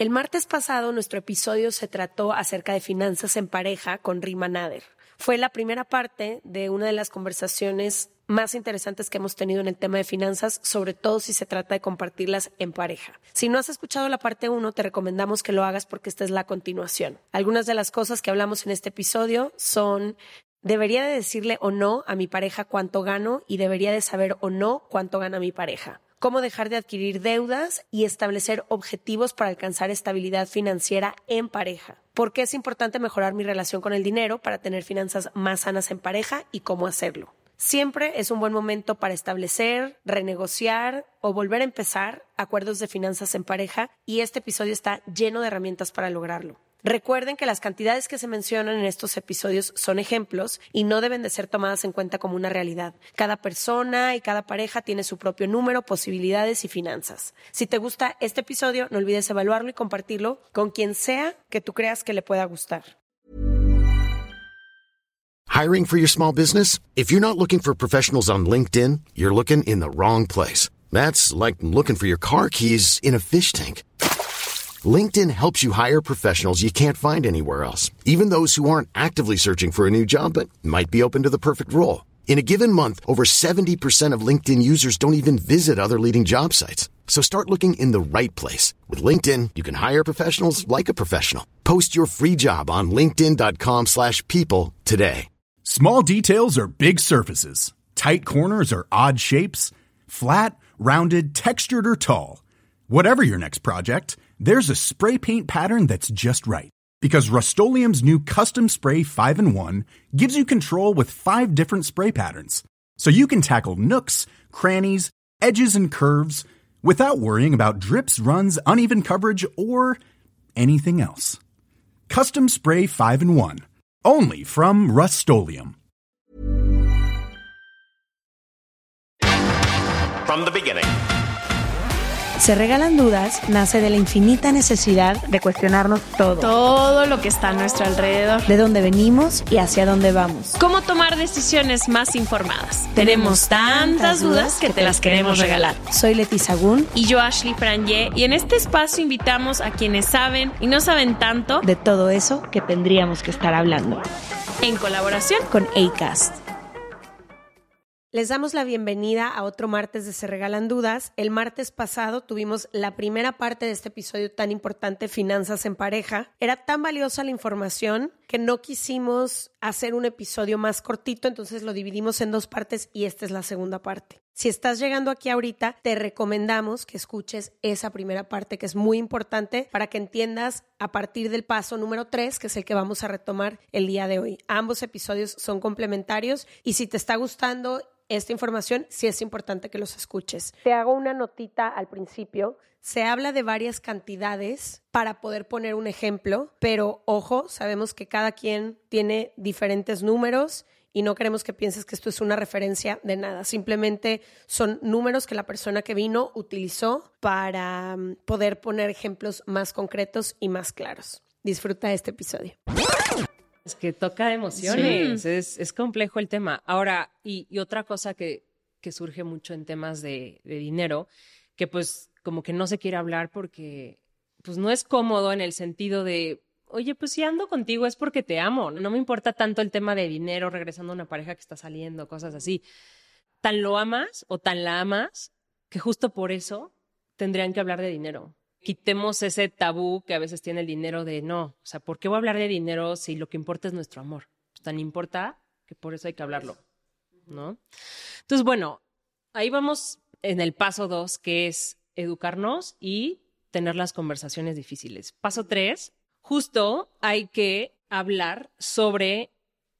El martes pasado nuestro episodio se trató acerca de finanzas en pareja con Rima Nader. Fue la primera parte de una de las conversaciones más interesantes que hemos tenido en el tema de finanzas, sobre todo si se trata de compartirlas en pareja. Si no has escuchado la parte 1, te recomendamos que lo hagas porque esta es la continuación. Algunas de las cosas que hablamos en este episodio son: ¿debería de decirle o no a mi pareja cuánto gano y debería de saber o no cuánto gana mi pareja? Cómo dejar de adquirir deudas y establecer objetivos para alcanzar estabilidad financiera en pareja. ¿Por qué es importante mejorar mi relación con el dinero para tener finanzas más sanas en pareja y cómo hacerlo? Siempre es un buen momento para establecer, renegociar o volver a empezar acuerdos de finanzas en pareja, y este episodio está lleno de herramientas para lograrlo. Recuerden que las cantidades que se mencionan en estos episodios son ejemplos y no deben de ser tomadas en cuenta como una realidad. Cada persona y cada pareja tiene su propio número, posibilidades y finanzas. Si te gusta este episodio, no olvides evaluarlo y compartirlo con quien sea que tú creas que le pueda gustar. Hiring for your small business? If you're not looking for professionals on LinkedIn, you're looking in the wrong place. That's like looking for your car keys in a fish tank. LinkedIn helps you hire professionals you can't find anywhere else, even those who aren't actively searching for a new job but might be open to the perfect role. In a given month, over 70% of LinkedIn users don't even visit other leading job sites. So start looking in the right place. With LinkedIn, you can hire professionals like a professional. Post your free job on linkedin.com/people today. Small details are big surfaces. Tight corners are odd shapes. Flat, rounded, textured, or tall. Whatever your next project, there's a spray paint pattern that's just right. Because Rust-Oleum's new Custom Spray 5-in-1 gives you control with 5 different spray patterns. So you can tackle nooks, crannies, edges, and curves without worrying about drips, runs, uneven coverage, or anything else. Custom Spray 5-in-1. Only from Rust-Oleum. From the beginning. Se Regalan Dudas nace de la infinita necesidad de cuestionarnos todo lo que está a nuestro alrededor, de dónde venimos y hacia dónde vamos. cómo tomar decisiones más informadas. Tenemos tantas dudas que te las queremos regalar. Soy Leti Sagún Y yo, Ashley Franje, y en este espacio invitamos a quienes saben y no saben tanto, de todo eso que tendríamos que estar hablando, en colaboración con Acast. Les damos la bienvenida a otro martes de Se Regalan Dudas. El martes pasado tuvimos la primera parte de este episodio tan importante, finanzas en pareja. Era tan valiosa la información que no quisimos hacer un episodio más cortito, entonces lo dividimos en 2 partes y esta es la segunda parte. Si estás llegando aquí ahorita, te recomendamos que escuches esa primera parte, que es muy importante para que entiendas a partir del paso número 3, que es el que vamos a retomar el día de hoy. Ambos episodios son complementarios y si te está gustando esta información, sí es importante que los escuches. Te hago una notita al principio. Se habla de varias cantidades para poder poner un ejemplo, pero ojo, sabemos que cada quien tiene diferentes números y no queremos que pienses que esto es una referencia de nada. Simplemente son números que la persona que vino utilizó para poder poner ejemplos más concretos y más claros. Disfruta de este episodio. Es que toca emociones, es complejo el tema. Ahora, y otra cosa que surge mucho en temas de dinero, que pues como que no se quiere hablar porque pues no es cómodo en el sentido de, oye, pues si ando contigo es porque te amo, no me importa tanto el tema de dinero, regresando a una pareja que está saliendo, cosas así. Tan lo amas o tan la amas que justo por eso tendrían que hablar de dinero. Quitemos ese tabú que a veces tiene el dinero de no, o sea, ¿por qué voy a hablar de dinero si lo que importa es nuestro amor? Pues tan importa que por eso hay que hablarlo, ¿no? Entonces, bueno, ahí vamos en el paso 2, que es educarnos y tener las conversaciones difíciles. Paso 3, justo hay que hablar sobre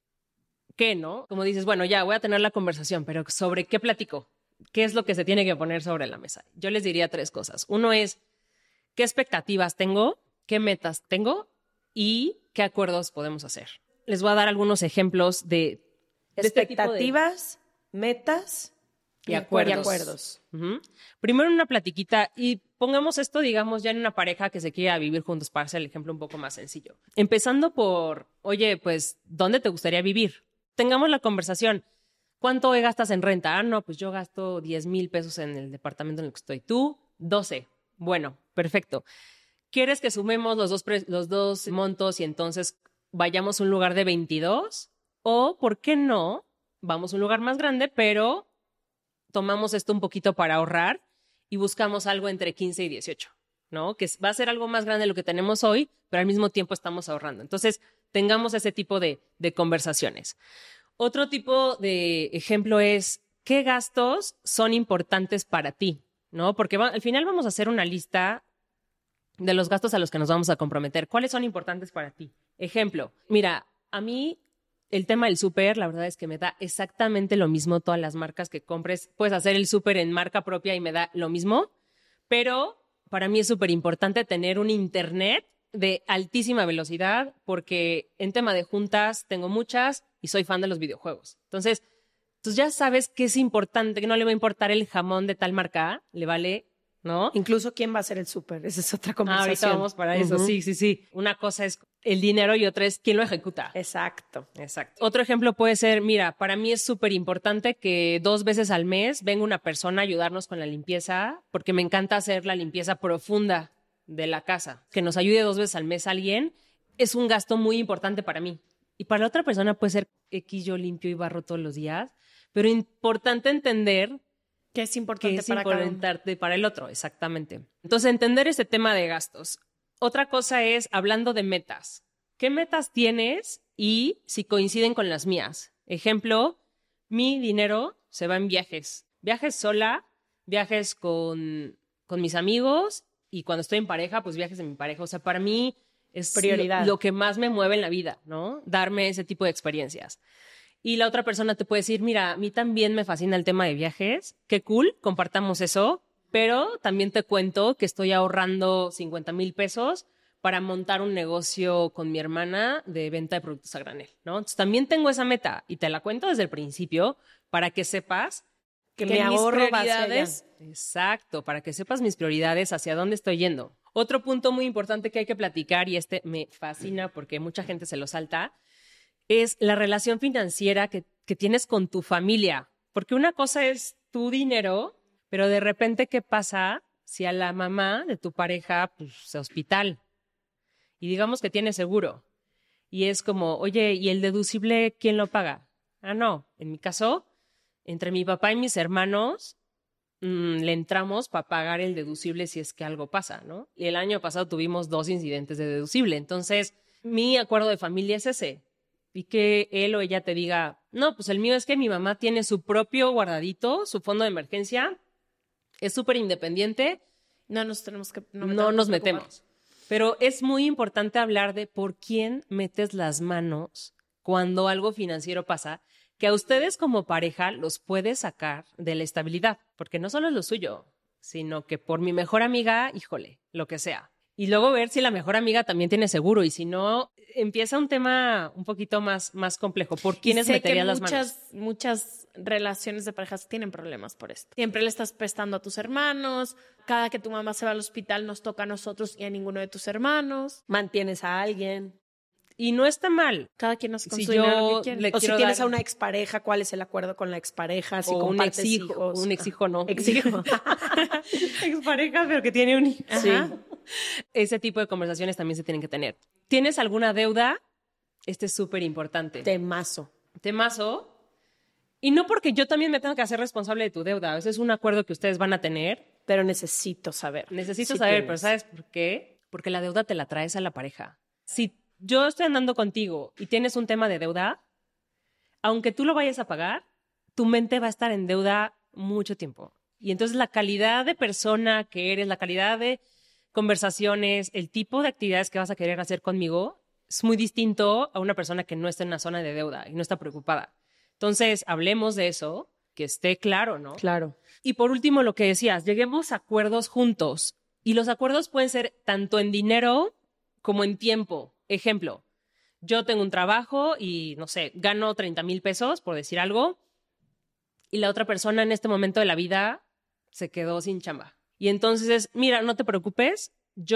qué, ¿no? Como dices, bueno, ya voy a tener la conversación, pero ¿sobre qué platico? ¿Qué es lo que se tiene que poner sobre la mesa? Yo les diría 3 cosas. Uno es, ¿qué expectativas tengo? ¿Qué metas tengo? ¿Y qué acuerdos podemos hacer? Les voy a dar algunos ejemplos de expectativas, metas y acuerdos. Uh-huh. Primero una platiquita y pongamos esto, digamos, ya en una pareja que se quiera vivir juntos para hacer el ejemplo un poco más sencillo. Empezando por, oye, pues, ¿dónde te gustaría vivir? Tengamos la conversación. ¿Cuánto gastas en renta? Ah, no, pues yo gasto 10,000 pesos en el departamento en el que estoy. ¿Tú? 12. Bueno, perfecto. ¿quieres que sumemos los dos montos y entonces vayamos a un lugar de 22? O, ¿por qué no? Vamos a un lugar más grande, pero tomamos esto un poquito para ahorrar y buscamos algo entre 15 y 18, ¿no? Que va a ser algo más grande de lo que tenemos hoy, pero al mismo tiempo estamos ahorrando. Entonces, tengamos ese tipo de conversaciones. Otro tipo de ejemplo es, ¿qué gastos son importantes para ti? ¿No? Porque al final vamos a hacer una lista de los gastos a los que nos vamos a comprometer. ¿Cuáles son importantes para ti? Ejemplo, mira, a mí el tema del súper, la verdad es que me da exactamente lo mismo todas las marcas que compres. Puedes hacer el súper en marca propia y me da lo mismo, pero para mí es súper importante tener un internet de altísima velocidad porque en tema de juntas tengo muchas y soy fan de los videojuegos. Entonces ya sabes que es importante, que no le va a importar el jamón de tal marca, le vale, ¿no? Incluso quién va a hacer el súper, esa es otra conversación. Ahorita vamos para eso, sí. Una cosa es el dinero y otra es quién lo ejecuta. Exacto. Otro ejemplo puede ser, mira, para mí es súper importante que 2 veces al mes venga una persona a ayudarnos con la limpieza, porque me encanta hacer la limpieza profunda de la casa. Que nos ayude 2 veces al mes alguien es un gasto muy importante para mí. Y para la otra persona puede ser X, yo limpio y barro todos los días, pero importante entender que es importante para el otro, exactamente. Entonces, entender ese tema de gastos. Otra cosa es, hablando de metas. ¿Qué metas tienes y si coinciden con las mías? Ejemplo, mi dinero se va en viajes. Viajes sola, viajes con mis amigos y cuando estoy en pareja, pues viajes de mi pareja. O sea, para mí es prioridad. Lo que más me mueve en la vida, ¿no? Darme ese tipo de experiencias. Y la otra persona te puede decir, mira, a mí también me fascina el tema de viajes. Qué cool, compartamos eso. Pero también te cuento que estoy ahorrando 50,000 pesos para montar un negocio con mi hermana de venta de productos a granel, ¿no? Entonces también tengo esa meta y te la cuento desde el principio para que sepas que mi ahorro va hacia allá. Exacto, para que sepas mis prioridades, hacia dónde estoy yendo. Otro punto muy importante que hay que platicar, y este me fascina porque mucha gente se lo salta, es la relación financiera que tienes con tu familia. Porque una cosa es tu dinero, pero de repente, ¿qué pasa si a la mamá de tu pareja pues, se hospital? Y digamos que tiene seguro. Y es como, oye, ¿y el deducible quién lo paga? Ah, no. En mi caso, entre mi papá y mis hermanos, le entramos para pagar el deducible si es que algo pasa, ¿no? Y el año pasado tuvimos 2 incidentes de deducible. Entonces, mi acuerdo de familia es ese. Y que él o ella te diga, no, pues el mío es que mi mamá tiene su propio guardadito, su fondo de emergencia, es súper independiente. No nos metemos. Pero es muy importante hablar de por quién metes las manos cuando algo financiero pasa, que a ustedes como pareja los puede sacar de la estabilidad, porque no solo es lo suyo, sino que por mi mejor amiga, híjole, lo que sea. Y luego ver si la mejor amiga también tiene seguro y si no, empieza un tema un poquito más complejo. ¿Por quiénes meterías las manos? Muchas relaciones de parejas tienen problemas por esto. Siempre le estás prestando a tus hermanos. Cada que tu mamá se va al hospital nos toca a nosotros y a ninguno de tus hermanos. Mantienes a alguien. Y no está mal. Cada quien nos Si consume lo yo que quiere. le O si quiero tienes dar- a una expareja, ¿cuál es el acuerdo con la expareja? Si o un compartes exijo, hijos. un exijo no. Exijo. Expareja, pero que tiene un hijo. Sí. Ese tipo de conversaciones también se tienen que tener. ¿Tienes alguna deuda? Este es súper importante. Temazo. Temazo. Y no porque yo también me tenga que hacer responsable de tu deuda. Ese es un acuerdo que ustedes van a tener. Pero necesito saber. Necesito Sí saber, tienes. pero ¿sabes por qué? Porque la deuda te la traes a la pareja. Si yo estoy andando contigo y tienes un tema de deuda, aunque tú lo vayas a pagar, tu mente va a estar en deuda mucho tiempo. Y entonces la calidad de persona que eres, la calidad de conversaciones, el tipo de actividades que vas a querer hacer conmigo es muy distinto a una persona que no está en una zona de deuda y no está preocupada. Entonces, hablemos de eso, que esté claro, ¿no? Claro. Y por último, lo que decías, lleguemos a acuerdos juntos. Y los acuerdos pueden ser tanto en dinero como en tiempo. Ejemplo, yo tengo un trabajo y, no sé, gano 30,000 pesos, por decir algo, y la otra persona en este momento de la vida se quedó sin chamba. Y entonces es, mira, no te preocupes,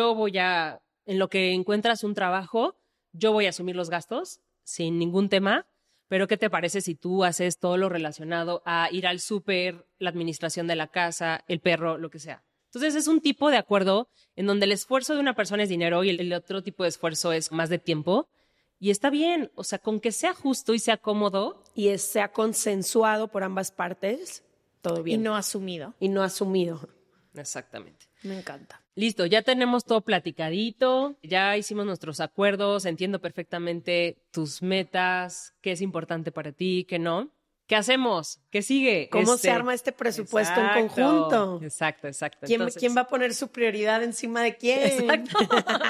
en lo que encuentras un trabajo, yo voy a asumir los gastos sin ningún tema, pero ¿qué te parece si tú haces todo lo relacionado a ir al súper, la administración de la casa, el perro, lo que sea? Entonces es un tipo de acuerdo en donde el esfuerzo de una persona es dinero y el otro tipo de esfuerzo es más de tiempo. Y está bien, o sea, con que sea justo y sea cómodo. Y sea consensuado por ambas partes, todo bien. Y no asumido. Y no asumido. Exactamente. Me encanta. Listo, ya tenemos todo platicadito, ya hicimos nuestros acuerdos, entiendo perfectamente tus metas, qué es importante para ti, qué no. ¿Qué hacemos? ¿Qué sigue? ¿Cómo se arma este presupuesto en conjunto? Exacto. ¿Quién va a poner su prioridad encima de quién? Exacto.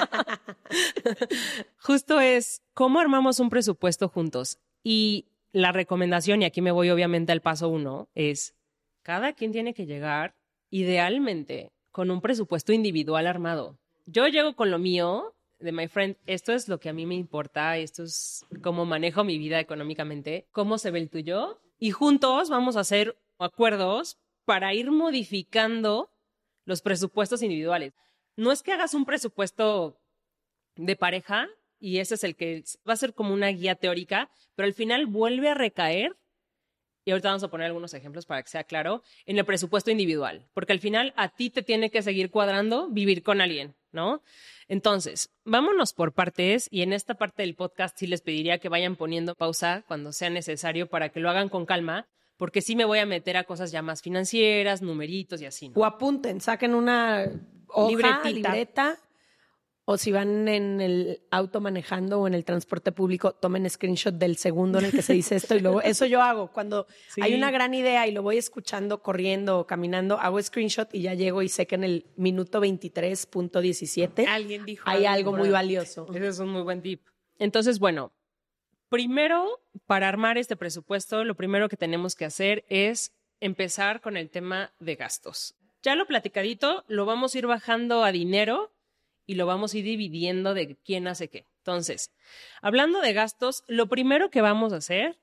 Justo es, ¿cómo armamos un presupuesto juntos? Y la recomendación, y aquí me voy obviamente al paso 1, es cada quien tiene que llegar, idealmente, con un presupuesto individual armado. Yo llego con lo mío, de my friend, esto es lo que a mí me importa, esto es cómo manejo mi vida económicamente, cómo se ve el tuyo, y juntos vamos a hacer acuerdos para ir modificando los presupuestos individuales. No es que hagas un presupuesto de pareja y ese es el que va a ser como una guía teórica, pero al final vuelve a recaer, y ahorita vamos a poner algunos ejemplos para que sea claro, en el presupuesto individual, porque al final a ti te tiene que seguir cuadrando vivir con alguien, ¿no? Entonces, vámonos por partes, y en esta parte del podcast sí les pediría que vayan poniendo pausa cuando sea necesario para que lo hagan con calma, porque sí me voy a meter a cosas ya más financieras, numeritos y así, ¿no? O apunten, saquen una hoja, Libretita. libreta, o si van en el auto manejando o en el transporte público, tomen screenshot del segundo en el que se dice esto y luego, eso yo hago. Cuando hay una gran idea y lo voy escuchando corriendo o caminando, hago screenshot y ya llego y sé que en el minuto 23.17 Alguien dijo hay algo muy valioso. Ese es un muy buen tip. Entonces, bueno, primero, para armar este presupuesto, lo primero que tenemos que hacer es empezar con el tema de gastos. Ya lo platicadito, lo vamos a ir bajando a dinero y lo vamos a ir dividiendo de quién hace qué. Entonces, hablando de gastos, lo primero que vamos a hacer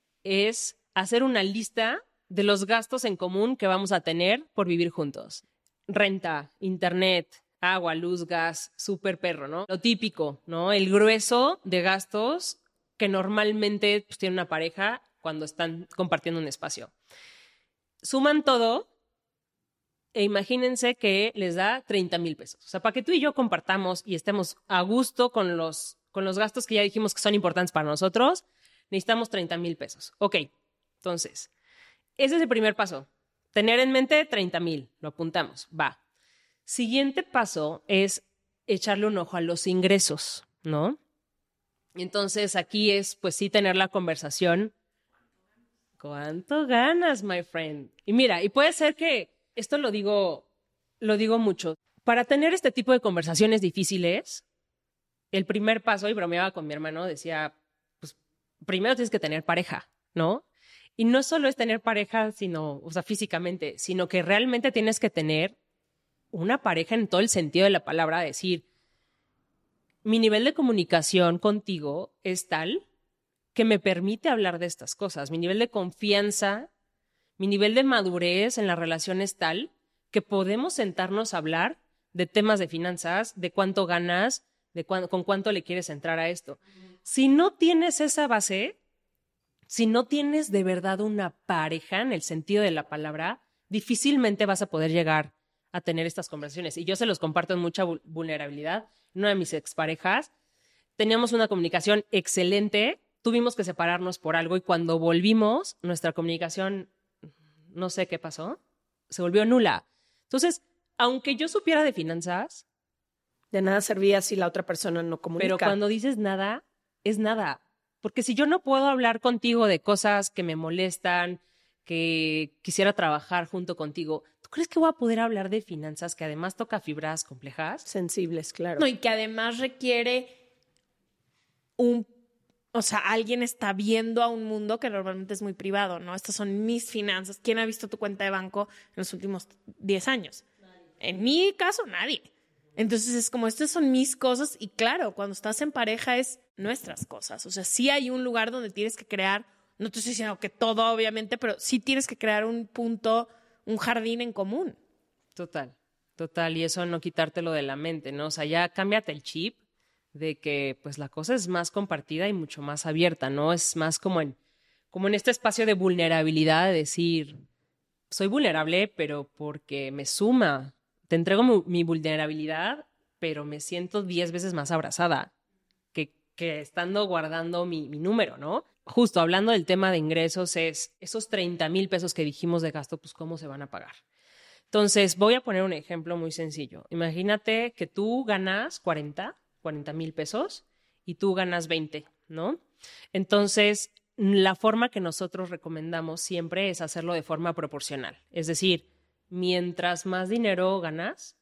es hacer una lista de los gastos en común que vamos a tener por vivir juntos. Renta, internet, agua, luz, gas, súper perro, ¿no? Lo típico, ¿no? El grueso de gastos que normalmente pues, tiene una pareja cuando están compartiendo un espacio. Suman todo e imagínense que les da 30,000 pesos. O sea, para que tú y yo compartamos y estemos a gusto con los gastos que ya dijimos que son importantes para nosotros, necesitamos 30,000 pesos. Ok, entonces, ese es el primer paso. Tener en mente 30,000, lo apuntamos, va. Siguiente paso es echarle un ojo a los ingresos, ¿no? Entonces, aquí es, pues sí, tener la conversación. ¿Cuánto ganas, my friend? Y mira, y puede ser que esto lo digo mucho. Para tener este tipo de conversaciones difíciles, el primer paso, y bromeaba con mi hermano, decía, pues primero tienes que tener pareja, ¿no? Y no solo es tener pareja, sino, o sea, físicamente, sino que realmente tienes que tener una pareja en todo el sentido de la palabra, decir, mi nivel de comunicación contigo es tal que me permite hablar de estas cosas. Mi nivel de confianza, mi nivel de madurez en la relación es tal que podemos sentarnos a hablar de temas de finanzas, de cuánto ganas, de con cuánto le quieres entrar a esto. Si no tienes esa base, si no tienes de verdad una pareja en el sentido de la palabra, difícilmente vas a poder llegar a tener estas conversaciones. Y yo se los comparto en mucha vulnerabilidad. Una de mis exparejas, teníamos una comunicación excelente, tuvimos que separarnos por algo y cuando volvimos, nuestra comunicación, no sé qué pasó, se volvió nula. Entonces, aunque yo supiera de finanzas, de nada servía si la otra persona no comunica. Pero cuando dices nada, es nada. Porque si yo no puedo hablar contigo de cosas que me molestan, que quisiera trabajar junto contigo, ¿tú crees que voy a poder hablar de finanzas que además toca fibras complejas? Sensibles, claro. No, y que además requiere o sea, alguien está viendo a un mundo que normalmente es muy privado, ¿no? Estas son mis finanzas. ¿Quién ha visto tu cuenta de banco en los últimos 10 años? Nadie. En mi caso, nadie. Entonces es como, estas son mis cosas y claro, cuando estás en pareja es nuestras cosas. O sea, sí hay un lugar donde tienes que crear, no te estoy diciendo que todo obviamente, pero sí tienes que crear un punto, un jardín en común. Total. Y eso no quitártelo de la mente, ¿no? O sea, ya cámbiate el chip de que pues la cosa es más compartida y mucho más abierta, ¿no? Es más como en este espacio de vulnerabilidad, de decir, soy vulnerable, pero porque me suma te entrego mi vulnerabilidad, pero me siento 10 veces más abrazada que estando guardando mi número, ¿no? Justo hablando del tema de ingresos, es esos 30,000 pesos que dijimos de gasto, pues ¿cómo se van a pagar? Entonces, voy a poner un ejemplo muy sencillo. Imagínate que tú ganas 40,000 pesos y tú ganas 20, ¿no? Entonces, la forma que nosotros recomendamos siempre es hacerlo de forma proporcional. Es decir, mientras más dinero ganas,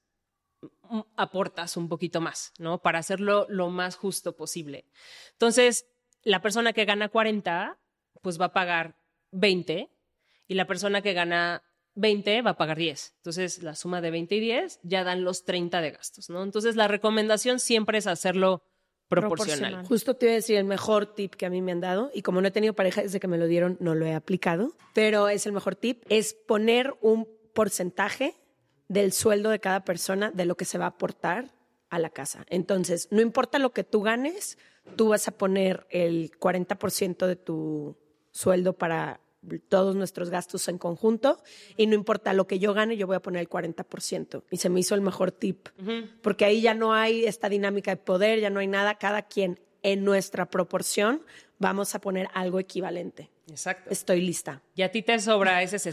aportas un poquito más, ¿no? Para hacerlo lo más justo posible. Entonces, la persona que gana 40, pues va a pagar 20 y la persona que gana 20 va a pagar 10. Entonces, la suma de 20 y 10 ya dan los 30 de gastos, ¿no? Entonces, la recomendación siempre es hacerlo proporcional. Justo te iba a decir el mejor tip que a mí me han dado, y como no he tenido pareja desde que me lo dieron, no lo he aplicado, pero es el mejor tip, es poner un porcentaje del sueldo de cada persona de lo que se va a aportar a la casa. Entonces, no importa lo que tú ganes, tú vas a poner el 40% de tu sueldo para todos nuestros gastos en conjunto, y no importa lo que yo gane, yo voy a poner el 40%. Y se me hizo el mejor tip, porque ahí ya no hay esta dinámica de poder, ya no hay nada, cada quien en nuestra proporción vamos a poner algo equivalente. Exacto. Estoy lista. Y a ti te sobra ese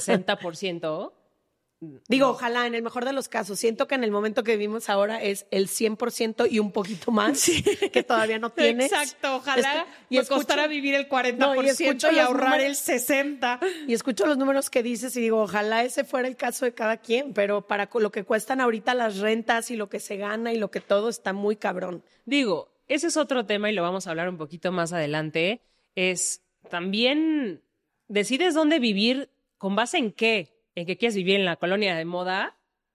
60%. Digo, ojalá, en el mejor de los casos. Siento que en el momento que vivimos ahora es el 100% y un poquito más, que todavía no tienes. Exacto, ojalá y me costara vivir el 40% y ahorrar el 60%. Y escucho los números que dices y digo, ojalá ese fuera el caso de cada quien, pero para lo que cuestan ahorita las rentas y lo que se gana y lo que todo está muy cabrón. Digo, ese es otro tema y lo vamos a hablar un poquito más adelante. Es también decides dónde vivir, con base en qué. ¿En qué quieres vivir? ¿En la colonia de moda?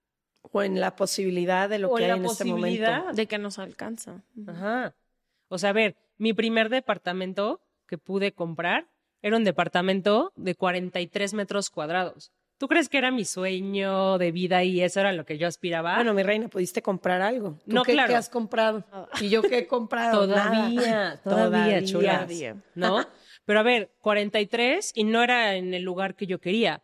O en la posibilidad de lo que hay en este momento. De que nos alcanza. Ajá. O sea, a ver, mi primer departamento que pude comprar era un departamento de 43 metros cuadrados. ¿Tú crees que era mi sueño de vida y eso era lo que yo aspiraba? Bueno, mi reina, ¿pudiste comprar algo? ¿Tú No, qué claro. ¿Qué has comprado? ¿Y yo qué he comprado? Todavía, chulas. ¿No? Pero a ver, 43 y no era en el lugar que yo quería.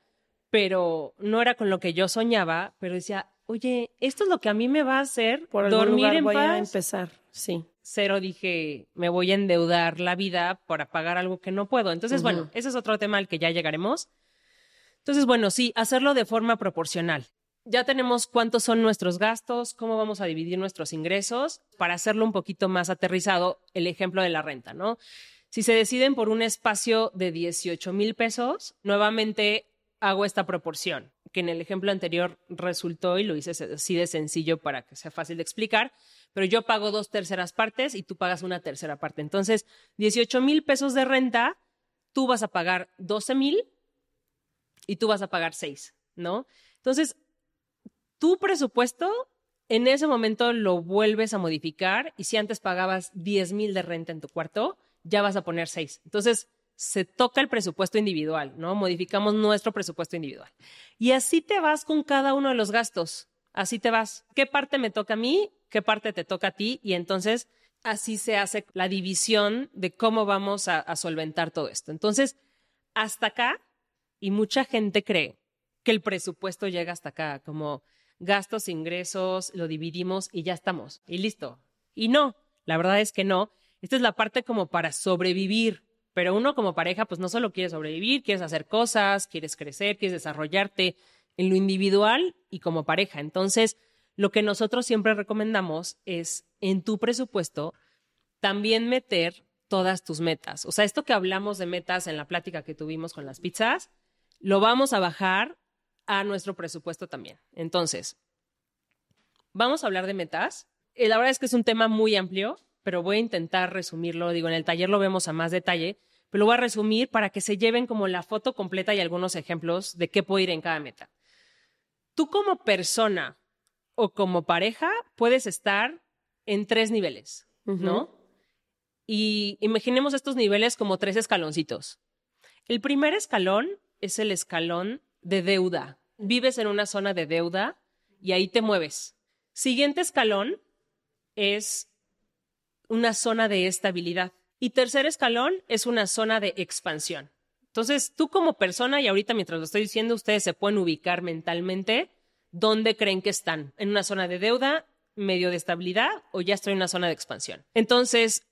Pero no era con lo que yo soñaba, pero decía, oye, esto es lo que a mí me va a hacer Por dormir lugar en voy paz. a empezar, sí. Cero dije, me voy a endeudar la vida para pagar algo que no puedo. Entonces, bueno, ese es otro tema al que ya llegaremos. Entonces, bueno, sí, hacerlo de forma proporcional. Ya tenemos cuántos son nuestros gastos, cómo vamos a dividir nuestros ingresos. Para hacerlo un poquito más aterrizado, el ejemplo de la renta, ¿no? Si se deciden por un espacio de 18,000 pesos, nuevamente hago esta proporción, que en el ejemplo anterior resultó y lo hice así de sencillo para que sea fácil de explicar, pero yo pago 2/3 partes y tú pagas 1/3 parte. Entonces, 18,000 pesos de renta, tú vas a pagar 12,000 y tú vas a pagar 6, ¿no? Entonces, tu presupuesto en ese momento lo vuelves a modificar y si antes pagabas 10,000 de renta en tu cuarto, ya vas a poner 6. Entonces, se toca el presupuesto individual, ¿no? Modificamos nuestro presupuesto individual. Y así te vas con cada uno de los gastos. Así te vas. ¿Qué parte me toca a mí? ¿Qué parte te toca a ti? Y entonces así se hace la división de cómo vamos a solventar todo esto. Entonces, hasta acá, y mucha gente cree que el presupuesto llega hasta acá, como gastos, ingresos, lo dividimos y ya estamos. Y listo. Y no, la verdad es que no. Esta es la parte como para sobrevivir. Pero uno como pareja, pues no solo quiere sobrevivir, quieres hacer cosas, quieres crecer, quieres desarrollarte en lo individual y como pareja. Entonces, lo que nosotros siempre recomendamos es en tu presupuesto también meter todas tus metas. O sea, esto que hablamos de metas en la plática que tuvimos con las pizzas, lo vamos a bajar a nuestro presupuesto también. Entonces, vamos a hablar de metas. La verdad es que es un tema muy amplio, pero voy a intentar resumirlo. Digo, en el taller lo vemos a más detalle, pero lo voy a resumir para que se lleven como la foto completa y algunos ejemplos de qué puede ir en cada meta. Tú como persona o como pareja puedes estar en 3 niveles, ¿no? Y imaginemos estos niveles como 3 escaloncitos. El primer escalón es el escalón de deuda. Vives en una zona de deuda y ahí te mueves. Siguiente escalón es una zona de estabilidad. Y tercer escalón es una zona de expansión. Entonces, tú como persona, y ahorita mientras lo estoy diciendo, ustedes se pueden ubicar mentalmente dónde creen que están, en una zona de deuda, medio de estabilidad o ya estoy en una zona de expansión. Entonces,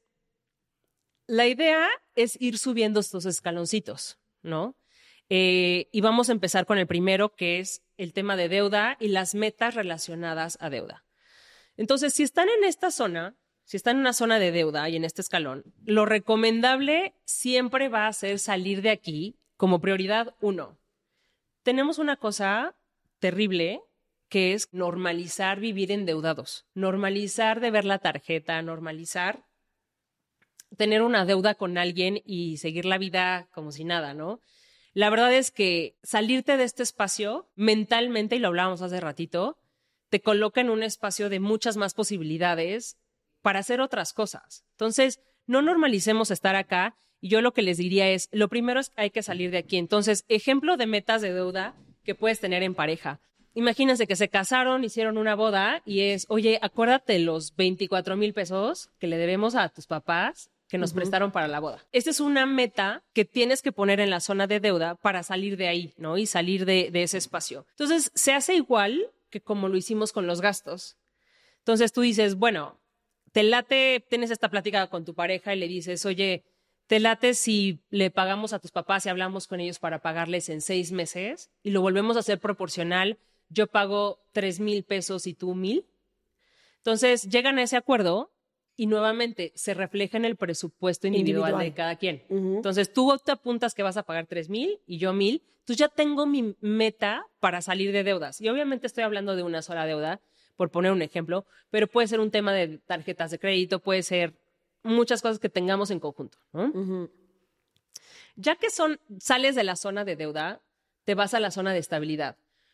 la idea es ir subiendo estos escaloncitos, ¿no? Y vamos a empezar con el primero, que es el tema de deuda y las metas relacionadas a deuda. Entonces, si están en esta zona, si están en una zona de deuda y en este escalón, lo recomendable siempre va a ser salir de aquí como prioridad 1. Tenemos una cosa terrible que es normalizar vivir endeudados, normalizar de ver la tarjeta, normalizar tener una deuda con alguien y seguir la vida como si nada, ¿no? La verdad es que salirte de este espacio mentalmente, y lo hablábamos hace ratito, te coloca en un espacio de muchas más posibilidades para hacer otras cosas. Entonces, no normalicemos estar acá y yo lo que les diría es, lo primero es que hay que salir de aquí. Entonces, ejemplo de metas de deuda que puedes tener en pareja. Imagínense que se casaron, hicieron una boda y es, oye, acuérdate los 24,000 pesos que le debemos a tus papás que nos prestaron para la boda. Esta es una meta que tienes que poner en la zona de deuda para salir de ahí, ¿no? Y salir de ese espacio. Entonces, se hace igual que como lo hicimos con los gastos. Entonces, tú dices, bueno, te late, tienes esta plática con tu pareja y le dices, oye, te late si le pagamos a tus papás y hablamos con ellos para pagarles en 6 meses y lo volvemos a hacer proporcional. Yo pago 3,000 pesos y tú 1,000. Entonces, llegan a ese acuerdo y nuevamente se refleja en el presupuesto individual de cada quien. Entonces, tú te apuntas que vas a pagar 3,000 y yo 1,000. Entonces, ya tengo mi meta para salir de deudas. Y obviamente estoy hablando de una sola deuda, por poner un ejemplo, pero puede ser un tema de tarjetas de crédito, puede ser muchas cosas que tengamos en conjunto, ¿no? Ya que sales de la zona de deuda, te vas a la zona de estabilidad.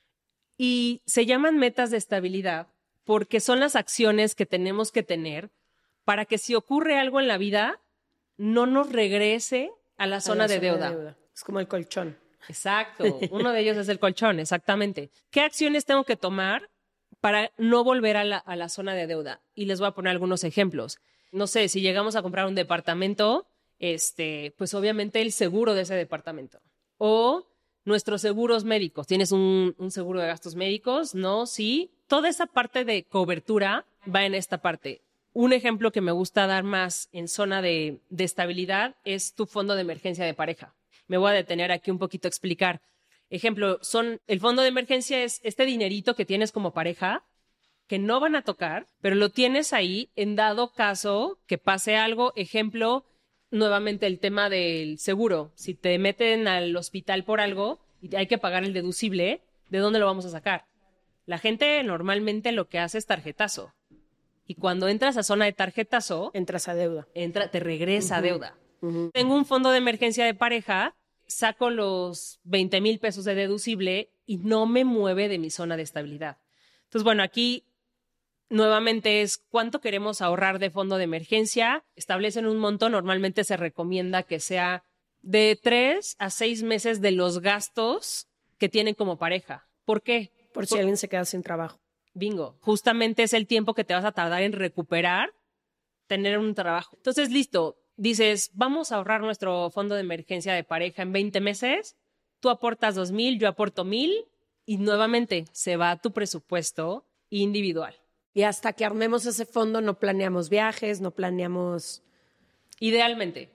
Y se llaman metas de estabilidad porque son las acciones que tenemos que tener para que si ocurre algo en la vida, no nos regrese a la zona de deuda. Es como el colchón. Exacto. Uno de ellos es el colchón, exactamente. ¿Qué acciones tengo que tomar para no volver a la zona de deuda? Y les voy a poner algunos ejemplos. No sé, si llegamos a comprar un departamento, pues obviamente el seguro de ese departamento. O nuestros seguros médicos. ¿Tienes un seguro de gastos médicos? No, sí. Toda esa parte de cobertura va en esta parte. Un ejemplo que me gusta dar más en zona de estabilidad es tu fondo de emergencia de pareja. Me voy a detener aquí un poquito a explicar. Ejemplo, el fondo de emergencia es este dinerito que tienes como pareja que no van a tocar, pero lo tienes ahí en dado caso que pase algo. Ejemplo, nuevamente el tema del seguro. Si te meten al hospital por algo y hay que pagar el deducible, ¿de dónde lo vamos a sacar? La gente normalmente lo que hace es tarjetazo. Y cuando entras a zona de tarjetazo, entras a deuda. Te regresa a deuda. Tengo un fondo de emergencia de pareja, saco los 20,000 pesos de deducible y no me mueve de mi zona de estabilidad. Entonces, bueno, aquí nuevamente es cuánto queremos ahorrar de fondo de emergencia. Establecen un monto, normalmente se recomienda que sea de 3 a 6 meses de los gastos que tienen como pareja. ¿Por qué? Por si alguien se queda sin trabajo. Bingo. Justamente es el tiempo que te vas a tardar en recuperar, tener un trabajo. Entonces, listo. Dices, vamos a ahorrar nuestro fondo de emergencia de pareja en 20 meses. Tú aportas 2,000, yo aporto 1,000 y nuevamente se va a tu presupuesto individual. Y hasta que armemos ese fondo no planeamos viajes, no planeamos... Idealmente.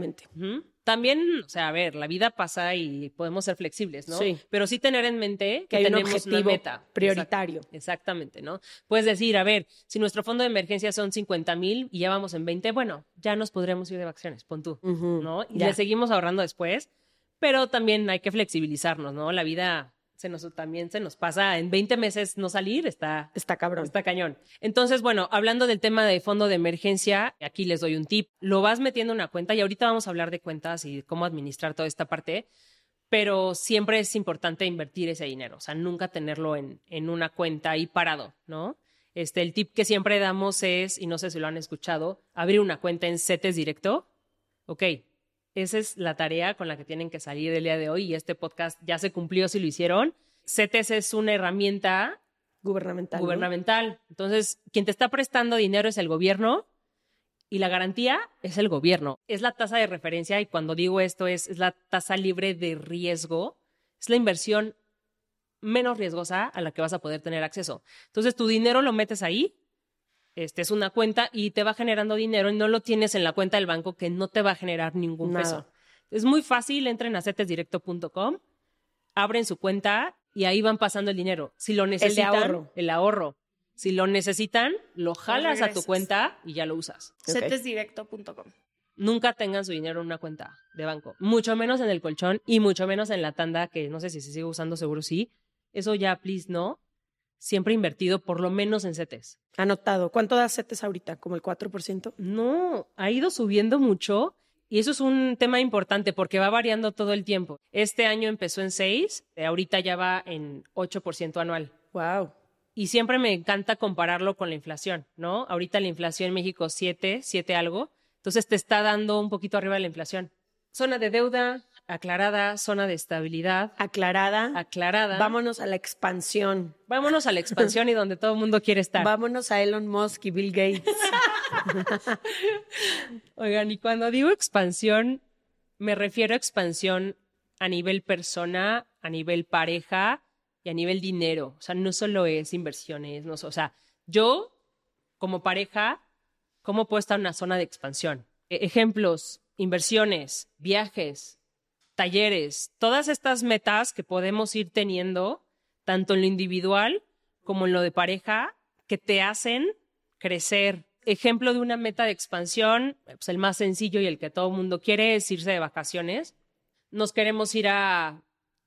También, o sea, a ver, la vida pasa y podemos ser flexibles, ¿no? Sí. Pero sí tener en mente que hay tenemos un objetivo una meta prioritario. Exactamente, ¿no? Puedes decir, a ver, si nuestro fondo de emergencia son 50,000 y ya vamos en 20, bueno, ya nos podremos ir de vacaciones, pon tú, ¿no? Y le seguimos ahorrando después, pero también hay que flexibilizarnos, ¿no? La vida también se nos pasa en 20 meses no salir, está cabrón. Está cañón. Entonces, bueno, hablando del tema de fondo de emergencia, aquí les doy un tip. Lo vas metiendo en una cuenta y ahorita vamos a hablar de cuentas y cómo administrar toda esta parte, pero siempre es importante invertir ese dinero, o sea, nunca tenerlo en una cuenta ahí parado, ¿no? El tip que siempre damos es, y no sé si lo han escuchado, abrir una cuenta en CETES Directo. Ok, esa es la tarea con la que tienen que salir el día de hoy y este podcast ya se cumplió si lo hicieron. CETES es una herramienta gubernamental. ¿No? Entonces, quien te está prestando dinero es el gobierno y la garantía es el gobierno. Es la tasa de referencia y cuando digo esto es la tasa libre de riesgo. Es la inversión menos riesgosa a la que vas a poder tener acceso. Entonces, tu dinero lo metes ahí, es una cuenta y te va generando dinero y no lo tienes en la cuenta del banco que no te va a generar ningún peso. Es muy fácil, entren a cetesdirecto.com, abren su cuenta y ahí van pasando el dinero. Si lo necesitan, el ahorro. Si lo necesitan, lo jalas a tu cuenta y ya lo usas. Cetesdirecto.com. Nunca tengan su dinero en una cuenta de banco, mucho menos en el colchón y mucho menos en la tanda, que no sé si se sigue usando, seguro sí. Eso ya, please, no. Siempre invertido por lo menos en CETES. Anotado. ¿Cuánto da CETES ahorita? ¿Como el 4%? No, ha ido subiendo mucho y eso es un tema importante porque va variando todo el tiempo. Este año empezó en 6, ahorita ya va en 8% anual. Wow. Y siempre me encanta compararlo con la inflación, ¿no? Ahorita la inflación en México 7 algo, entonces te está dando un poquito arriba de la inflación. Zona de deuda aclarada, zona de estabilidad aclarada. Vámonos a la expansión. Vámonos a la expansión y donde todo el mundo quiere estar. Vámonos a Elon Musk y Bill Gates. Oigan, y cuando digo expansión, me refiero a expansión a nivel persona, a nivel pareja y a nivel dinero. O sea, no solo es inversiones, o sea, yo como pareja, ¿cómo puedo estar en una zona de expansión? Ejemplos, inversiones, viajes, talleres, todas estas metas que podemos ir teniendo, tanto en lo individual como en lo de pareja, que te hacen crecer. Ejemplo de una meta de expansión, pues el más sencillo y el que todo el mundo quiere es irse de vacaciones. Nos queremos ir a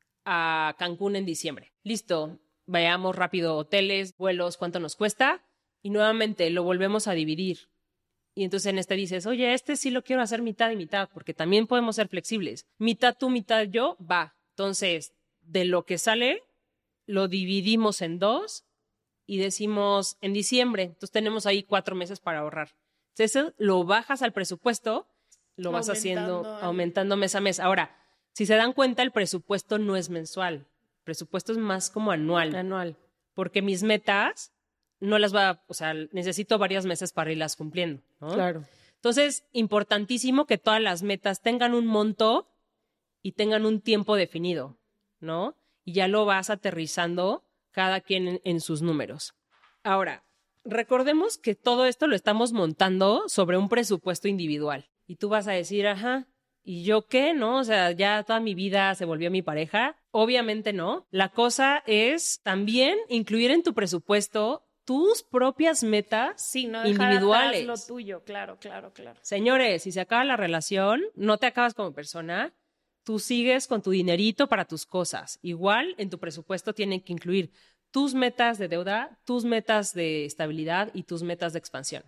Cancún en diciembre. Listo, vayamos rápido, hoteles, vuelos, cuánto nos cuesta, y nuevamente lo volvemos a dividir. Y entonces en este dices, oye, sí lo quiero hacer mitad y mitad, porque también podemos ser flexibles. Mitad tú, mitad yo, va. Entonces, de lo que sale, lo dividimos en 2 y decimos en diciembre. Entonces tenemos ahí 4 meses para ahorrar. Entonces eso lo bajas al presupuesto, lo vas haciendo, aumentando mes a mes. Ahora, si se dan cuenta, el presupuesto no es mensual. El presupuesto es más como anual. Porque mis metas no las necesito varios meses para irlas cumpliendo, ¿no? Claro. Entonces, importantísimo que todas las metas tengan un monto y tengan un tiempo definido, ¿no? Y ya lo vas aterrizando cada quien en sus números. Ahora, recordemos que todo esto lo estamos montando sobre un presupuesto individual. Y tú vas a decir, ajá, ¿y yo qué? ¿No? O sea, ya toda mi vida se volvió mi pareja. Obviamente no. La cosa es también incluir en tu presupuesto tus propias metas individuales. Lo tuyo, claro. Señores, si se acaba la relación, no te acabas como persona, tú sigues con tu dinerito para tus cosas. Igual en tu presupuesto tienen que incluir tus metas de deuda, tus metas de estabilidad y tus metas de expansión.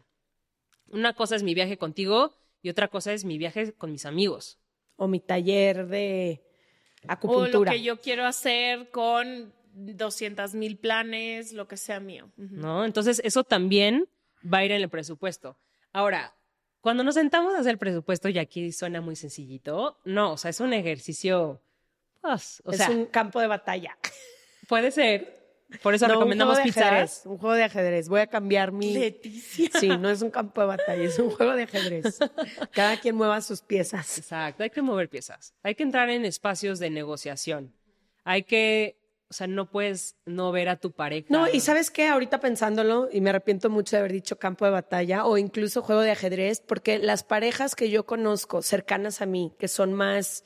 Una cosa es mi viaje contigo y otra cosa es mi viaje con mis amigos. O mi taller de acupuntura. O lo que yo quiero hacer con 200,000 planes, lo que sea mío. ¿No? Entonces, eso también va a ir en el presupuesto. Ahora, cuando nos sentamos a hacer el presupuesto, y aquí suena muy sencillito, no, o sea, es un ejercicio, pues, es un campo de batalla. Puede ser. Por eso recomendamos pizarras. Un juego de ajedrez. Voy a cambiar mi... Leticia. Sí, no es un campo de batalla, es un juego de ajedrez. Cada quien mueva sus piezas. Exacto, hay que mover piezas. Hay que entrar en espacios de negociación. Hay que... O sea, no puedes no ver a tu pareja. No, y ¿sabes qué? Ahorita pensándolo, y me arrepiento mucho de haber dicho campo de batalla o incluso juego de ajedrez, porque las parejas que yo conozco cercanas a mí, que son más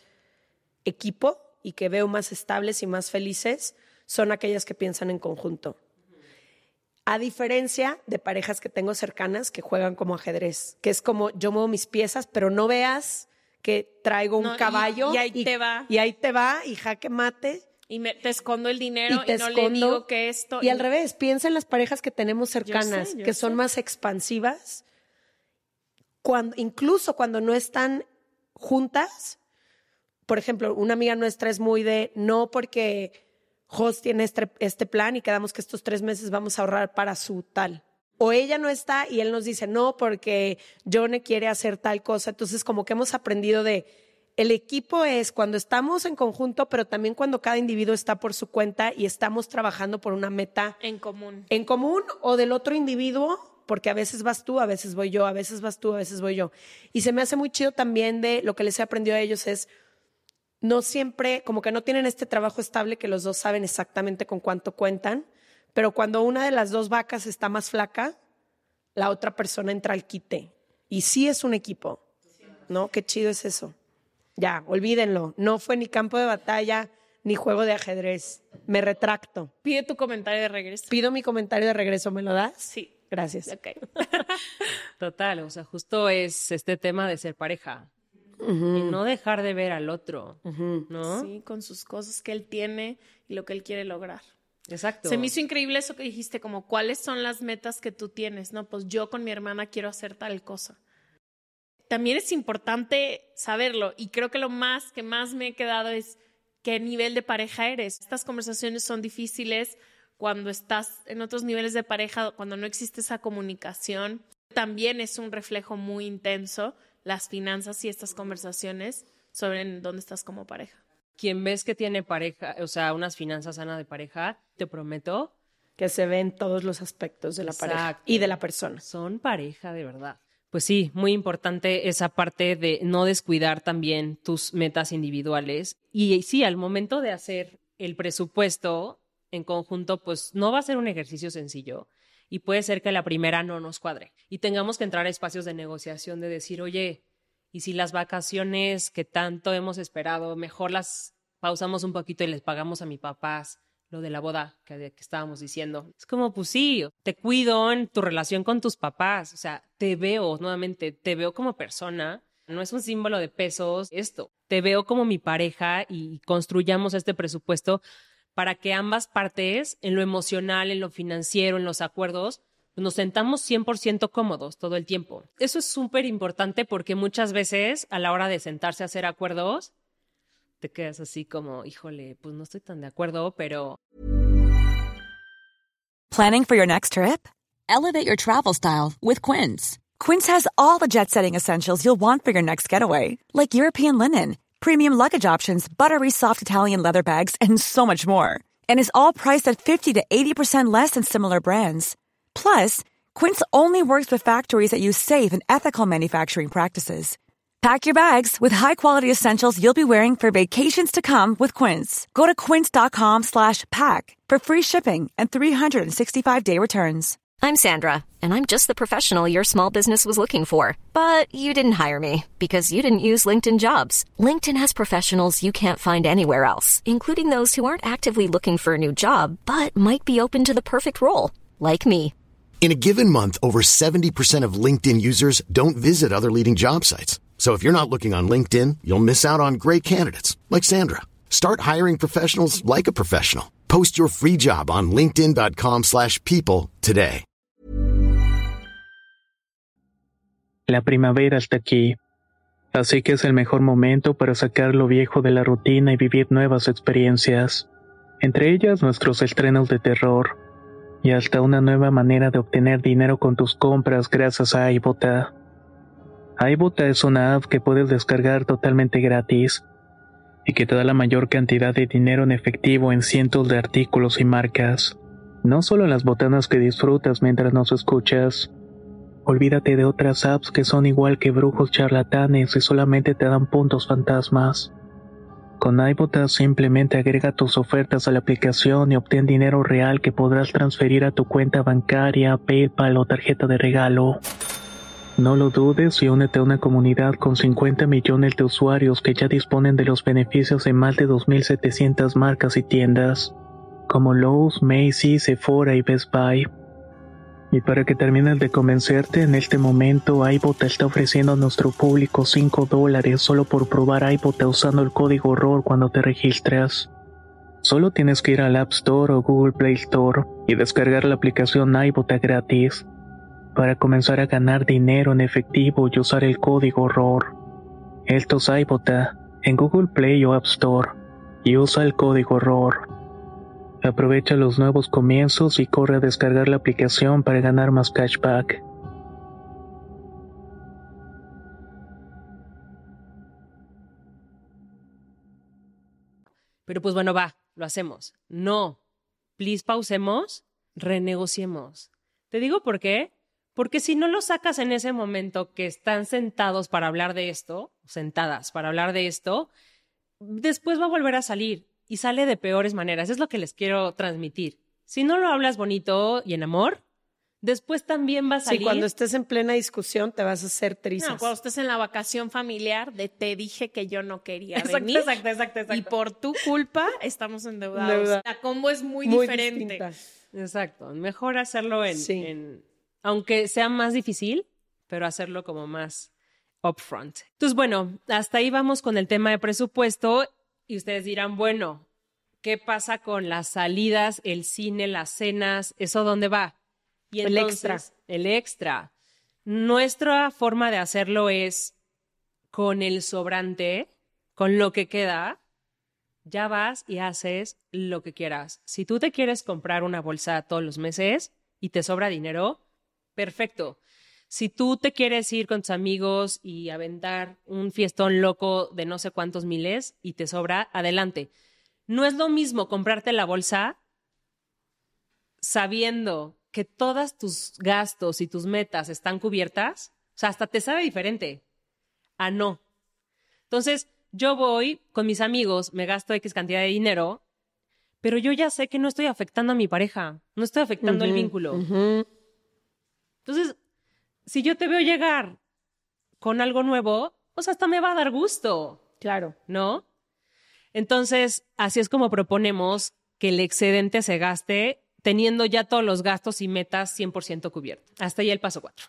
equipo y que veo más estables y más felices, son aquellas que piensan en conjunto. A diferencia de parejas que tengo cercanas que juegan como ajedrez, que es como yo muevo mis piezas, pero no veas que traigo un caballo y ahí te va. Y ahí te va y jaque mate. Y te escondo el dinero y no le digo que esto... Y al revés, piensa en las parejas que tenemos cercanas, que son más expansivas. Incluso cuando no están juntas, por ejemplo, una amiga nuestra es muy de, no porque Jos tiene este plan y quedamos que estos 3 meses vamos a ahorrar para su tal. O ella no está y él nos dice, no, porque Jone quiere hacer tal cosa. Entonces, como que hemos aprendido el equipo es cuando estamos en conjunto, pero también cuando cada individuo está por su cuenta y estamos trabajando por una meta en común. En común o del otro individuo, porque a veces vas tú, a veces voy yo, a veces vas tú, a veces voy yo. Y se me hace muy chido también de lo que les he aprendido a ellos es no siempre, como que no tienen este trabajo estable que los dos saben exactamente con cuánto cuentan, pero cuando una de las dos vacas está más flaca, la otra persona entra al quite. Y sí es un equipo, ¿no? Qué chido es eso. Ya, olvídenlo. No fue ni campo de batalla, ni juego de ajedrez. Me retracto. Pide tu comentario de regreso. Pido mi comentario de regreso, ¿me lo das? Sí. Gracias. Ok. Total, o sea, justo es este tema de ser pareja. Y no dejar de ver al otro, ¿no? Sí, con sus cosas que él tiene y lo que él quiere lograr. Exacto. Se me hizo increíble eso que dijiste, como cuáles son las metas que tú tienes, ¿no? Pues yo con mi hermana quiero hacer tal cosa. También es importante saberlo y creo que lo más que más me he quedado es qué nivel de pareja eres. Estas conversaciones son difíciles cuando estás en otros niveles de pareja, cuando no existe esa comunicación. También es un reflejo muy intenso las finanzas y estas conversaciones sobre en dónde estás como pareja. Quien ves que tiene pareja, o sea, unas finanzas sanas de pareja, te prometo, Que se ven todos los aspectos de la pareja Exacto. y de la persona. son pareja de verdad. Pues sí, muy importante esa parte de no descuidar también tus metas individuales. Y sí, al momento de hacer el presupuesto en conjunto, pues no va a ser un ejercicio sencillo. Y puede ser que la primera no nos cuadre. Y tengamos que entrar a espacios de negociación de decir, oye, y si las vacaciones que tanto hemos esperado, mejor las pausamos un poquito y les pagamos a mis papás lo de la boda que estábamos diciendo. Es como, pues sí, te cuido en tu relación con tus papás. O sea, te veo, nuevamente, te veo como persona. No es un símbolo de pesos esto. Te veo como mi pareja y construyamos este presupuesto para que ambas partes, en lo emocional, en lo financiero, en los acuerdos, nos sentamos 100% cómodos todo el tiempo. Eso es súper importante porque muchas veces a la hora de sentarse a hacer acuerdos, te quedas así como, híjole, pues no estoy tan de acuerdo, pero... Planning for your next trip? Elevate your travel style with Quince. Quince has all the jet-setting essentials you'll want for your next getaway, like European linen, premium luggage options, buttery soft Italian leather bags, and so much more. And is all priced at 50 to 80% less than similar brands. Plus, Quince only works with factories that use safe and ethical manufacturing practices. Pack your bags with high-quality essentials you'll be wearing for vacations to come with Quince. Go to quince.com/pack for free shipping and 365-day returns. I'm Sandra, and I'm just the professional your small business was looking for. But you didn't hire me because you didn't use LinkedIn Jobs. LinkedIn has professionals you can't find anywhere else, including those who aren't actively looking for a new job, but might be open to the perfect role, like me. In a given month, over 70% of LinkedIn users don't visit other leading job sites. So if you're not looking on LinkedIn, you'll miss out on great candidates like Sandra. Start hiring professionals like a professional. Post your free job on linkedin.com/people today. La primavera está aquí, así que es el mejor momento para sacar lo viejo de la rutina y vivir nuevas experiencias, entre ellas nuestros estrenos de terror, y hasta una nueva manera de obtener dinero con tus compras gracias a iBota. iBota es una app que puedes descargar totalmente gratis, y que te da la mayor cantidad de dinero en efectivo en cientos de artículos y marcas, no solo en las botanas que disfrutas mientras nos escuchas. Olvídate de otras apps que son igual que brujos charlatanes y solamente te dan puntos fantasmas. Con iBota simplemente agrega tus ofertas a la aplicación y obtén dinero real que podrás transferir a tu cuenta bancaria, PayPal o tarjeta de regalo. No lo dudes y únete a una comunidad con 50 millones de usuarios que ya disponen de los beneficios de más de 2.700 marcas y tiendas, como Lowe's, Macy's, Sephora y Best Buy. Y para que termines de convencerte, en este momento iBota está ofreciendo a nuestro público $5 solo por probar iBota usando el código ROR cuando te registras. Solo tienes que ir al App Store o Google Play Store y descargar la aplicación iBota gratis para comenzar a ganar dinero en efectivo y usar el código ROR. Esto es iBota en Google Play o App Store y usa el código ROR. Aprovecha los nuevos comienzos y corre a descargar la aplicación para ganar más cashback. Pero pues bueno, va, lo hacemos. No, please pausemos, renegociemos. ¿Te digo por qué? Porque si no lo sacas en ese momento que están sentados para hablar de esto, sentadas para hablar de esto, después va a volver a salir y sale de peores maneras. Es lo que les quiero transmitir. Si no lo hablas bonito y en amor, después también va a salir. Sí, cuando estés en plena discusión te vas a hacer trizas. No, cuando estés en la vacación familiar de te dije que yo no quería venir. Exacto. Y por tu culpa estamos endeudados. La combo es muy diferente. Distinta. Exacto. Mejor hacerlo Sí. aunque sea más difícil, pero hacerlo como más upfront. Entonces, bueno, hasta ahí vamos con el tema de presupuesto y ustedes dirán, bueno, ¿qué pasa con las salidas, el cine, las cenas? ¿Eso dónde va? Y entonces, el extra. Nuestra forma de hacerlo es con el sobrante, con lo que queda, ya vas y haces lo que quieras. Si tú te quieres comprar una bolsa todos los meses y te sobra dinero, perfecto. Si tú te quieres ir con tus amigos y aventar un fiestón loco de no sé cuántos miles y te sobra, adelante. No es lo mismo comprarte la bolsa sabiendo que todos tus gastos y tus metas están cubiertas, o sea, hasta te sabe diferente a no. Entonces, yo voy con mis amigos, me gasto X cantidad de dinero, pero yo ya sé que no estoy afectando a mi pareja, no estoy afectando el vínculo. Entonces, si yo te veo llegar con algo nuevo, pues hasta me va a dar gusto. Claro. ¿No? Entonces, así es como proponemos que el excedente se gaste teniendo ya todos los gastos y metas 100% cubiertos. Hasta ahí el paso 4.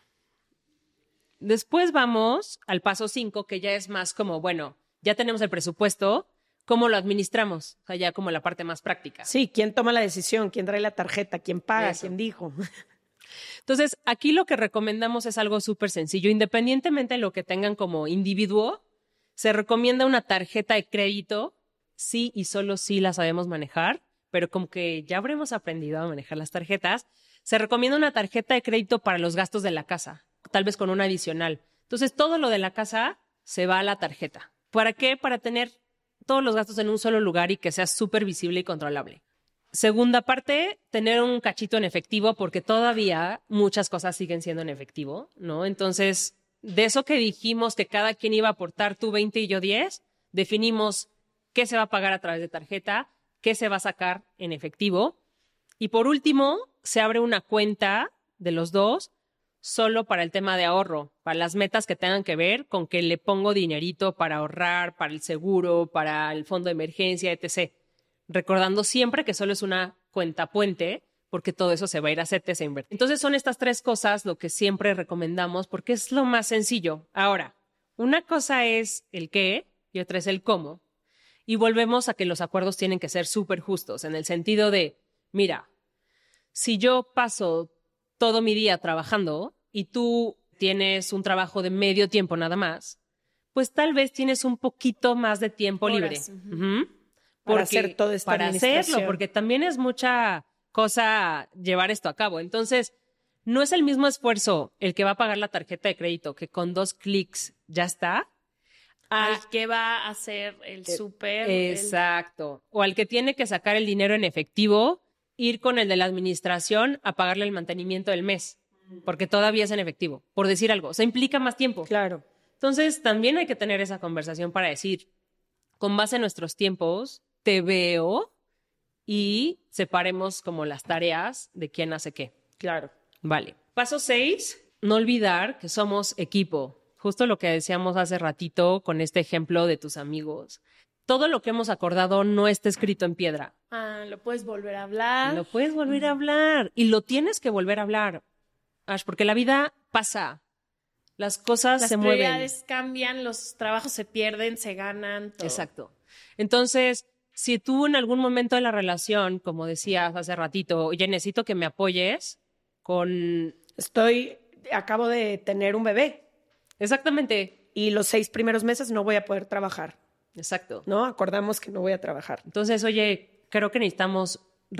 Después vamos al paso 5, que ya es más como, bueno, ya tenemos el presupuesto, ¿cómo lo administramos? O sea, ya como la parte más práctica. Sí, ¿quién toma la decisión? ¿Quién trae la tarjeta? ¿Quién paga? Eso. ¿Quién dijo? Entonces, aquí lo que recomendamos es algo súper sencillo. Independientemente de lo que tengan como individuo, se recomienda una tarjeta de crédito, sí y solo sí la sabemos manejar, pero como que ya habremos aprendido a manejar las tarjetas, se recomienda una tarjeta de crédito para los gastos de la casa, tal vez con una adicional. Entonces, todo lo de la casa se va a la tarjeta. ¿Para qué? Para tener todos los gastos en un solo lugar y que sea súper visible y controlable. Segunda parte, tener un cachito en efectivo, porque todavía muchas cosas siguen siendo en efectivo, ¿no? Entonces, de eso que dijimos que cada quien iba a aportar tú 20 y yo 10, definimos qué se va a pagar a través de tarjeta, qué se va a sacar en efectivo. Y por último, se abre una cuenta de los dos solo para el tema de ahorro, para las metas que tengan que ver con que le pongo dinerito para ahorrar, para el seguro, para el fondo de emergencia, etc. Recordando siempre que solo es una cuenta puente, porque todo eso se va a ir a CETES e invertir. Entonces son estas tres cosas lo que siempre recomendamos, porque es lo más sencillo. Ahora, una cosa es el qué y otra es el cómo. Y volvemos a que los acuerdos tienen que ser súper justos, en el sentido de, mira, si yo paso todo mi día trabajando y tú tienes un trabajo de medio tiempo nada más, pues tal vez tienes un poquito más de tiempo Horas. libre. Para hacer toda esta para administración. hacerlo, porque también es mucha cosa llevar esto a cabo. Entonces, no es el mismo esfuerzo el que va a pagar la tarjeta de crédito, que con 2 clics ya está. Al que va a hacer el súper. Exacto. O al que tiene que sacar el dinero en efectivo, ir con el de la administración a pagarle el mantenimiento del mes, porque todavía es en efectivo, por decir algo. O sea, implica más tiempo. Claro. Entonces, también hay que tener esa conversación para decir, con base en nuestros tiempos, te veo y separemos como las tareas de quién hace qué. Claro. Vale. Paso 6, no olvidar que somos equipo. Justo lo que decíamos hace ratito con este ejemplo de tus amigos. Todo lo que hemos acordado no está escrito en piedra. Lo puedes volver a hablar. Lo puedes volver a hablar y lo tienes que volver a hablar, Ash, porque la vida pasa. Las cosas se mueven. Las prioridades cambian, los trabajos se pierden, se ganan. Todo. Exacto. Entonces, si tú en algún momento de la relación, como decías hace ratito, oye, necesito que me apoyes con... Acabo de tener un bebé. Exactamente. Y los 6 primeros meses no voy a poder trabajar. Exacto. ¿No? Acordamos que no voy a trabajar. Entonces, oye, creo que necesitamos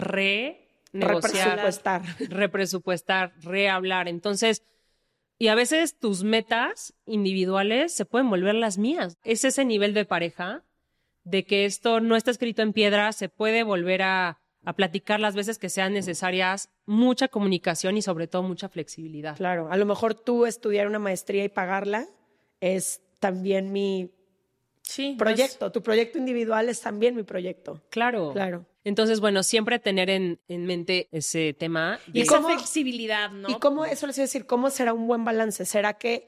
renegociar, represupuestar, rehablar. Entonces, y a veces tus metas individuales se pueden volver las mías. Es ese nivel de pareja de que esto no está escrito en piedra, se puede volver a platicar las veces que sean necesarias, mucha comunicación y sobre todo mucha flexibilidad. Claro, a lo mejor tú estudiar una maestría y pagarla es también mi Sí, proyecto. Tu proyecto individual es también mi proyecto. Claro. Claro. Entonces, bueno, siempre tener en mente ese tema. Y esa flexibilidad, ¿no? ¿Y cómo, eso les iba a decir, cómo será un buen balance? ¿Será que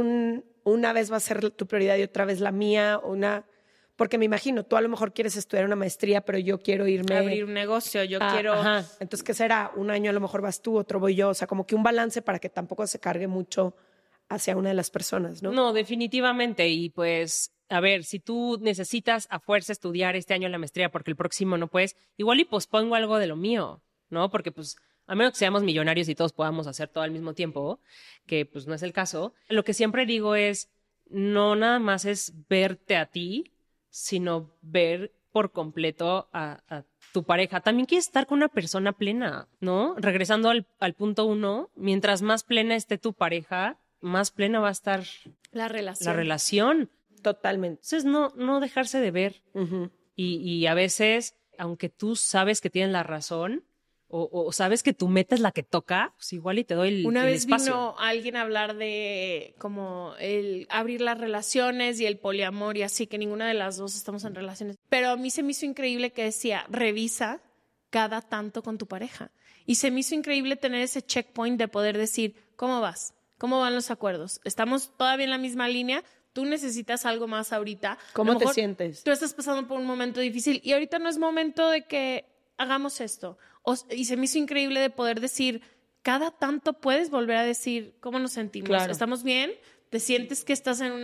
una vez va a ser tu prioridad y otra vez la mía? Porque me imagino, tú a lo mejor quieres estudiar una maestría, pero yo quiero irme... Abrir un negocio, yo quiero... Ajá. Entonces, ¿qué será? Un año a lo mejor vas tú, otro voy yo. O sea, como que un balance para que tampoco se cargue mucho hacia una de las personas, ¿no? No, definitivamente. Y pues, a ver, si tú necesitas a fuerza estudiar este año la maestría porque el próximo no puedes, igual y pospongo algo de lo mío, ¿no? Porque pues, a menos que seamos millonarios y todos podamos hacer todo al mismo tiempo, que pues no es el caso, lo que siempre digo es, no nada más es verte a ti, sino ver por completo a tu pareja. También quieres estar con una persona plena, ¿no? Regresando al punto 1, mientras más plena esté tu pareja, más plena va a estar la relación. Totalmente. Entonces, no dejarse de ver. Uh-huh. Y a veces, aunque tú sabes que tienes la razón o sabes que tu meta es la que toca, pues igual y te doy el espacio. Una vez vino alguien a hablar de como el abrir las relaciones y el poliamor y así, que ninguna de las dos estamos en relaciones. Pero a mí se me hizo increíble que decía, revisa cada tanto con tu pareja. Y se me hizo increíble tener ese checkpoint de poder decir, ¿cómo vas? ¿Cómo van los acuerdos? ¿Estamos todavía en la misma línea? ¿Tú necesitas algo más ahorita? ¿Cómo te sientes? Tú estás pasando por un momento difícil y ahorita no es momento de que hagamos esto. Y se me hizo increíble de poder decir, cada tanto puedes volver a decir cómo nos sentimos. Claro. ¿Estamos bien? ¿Te sientes que estás en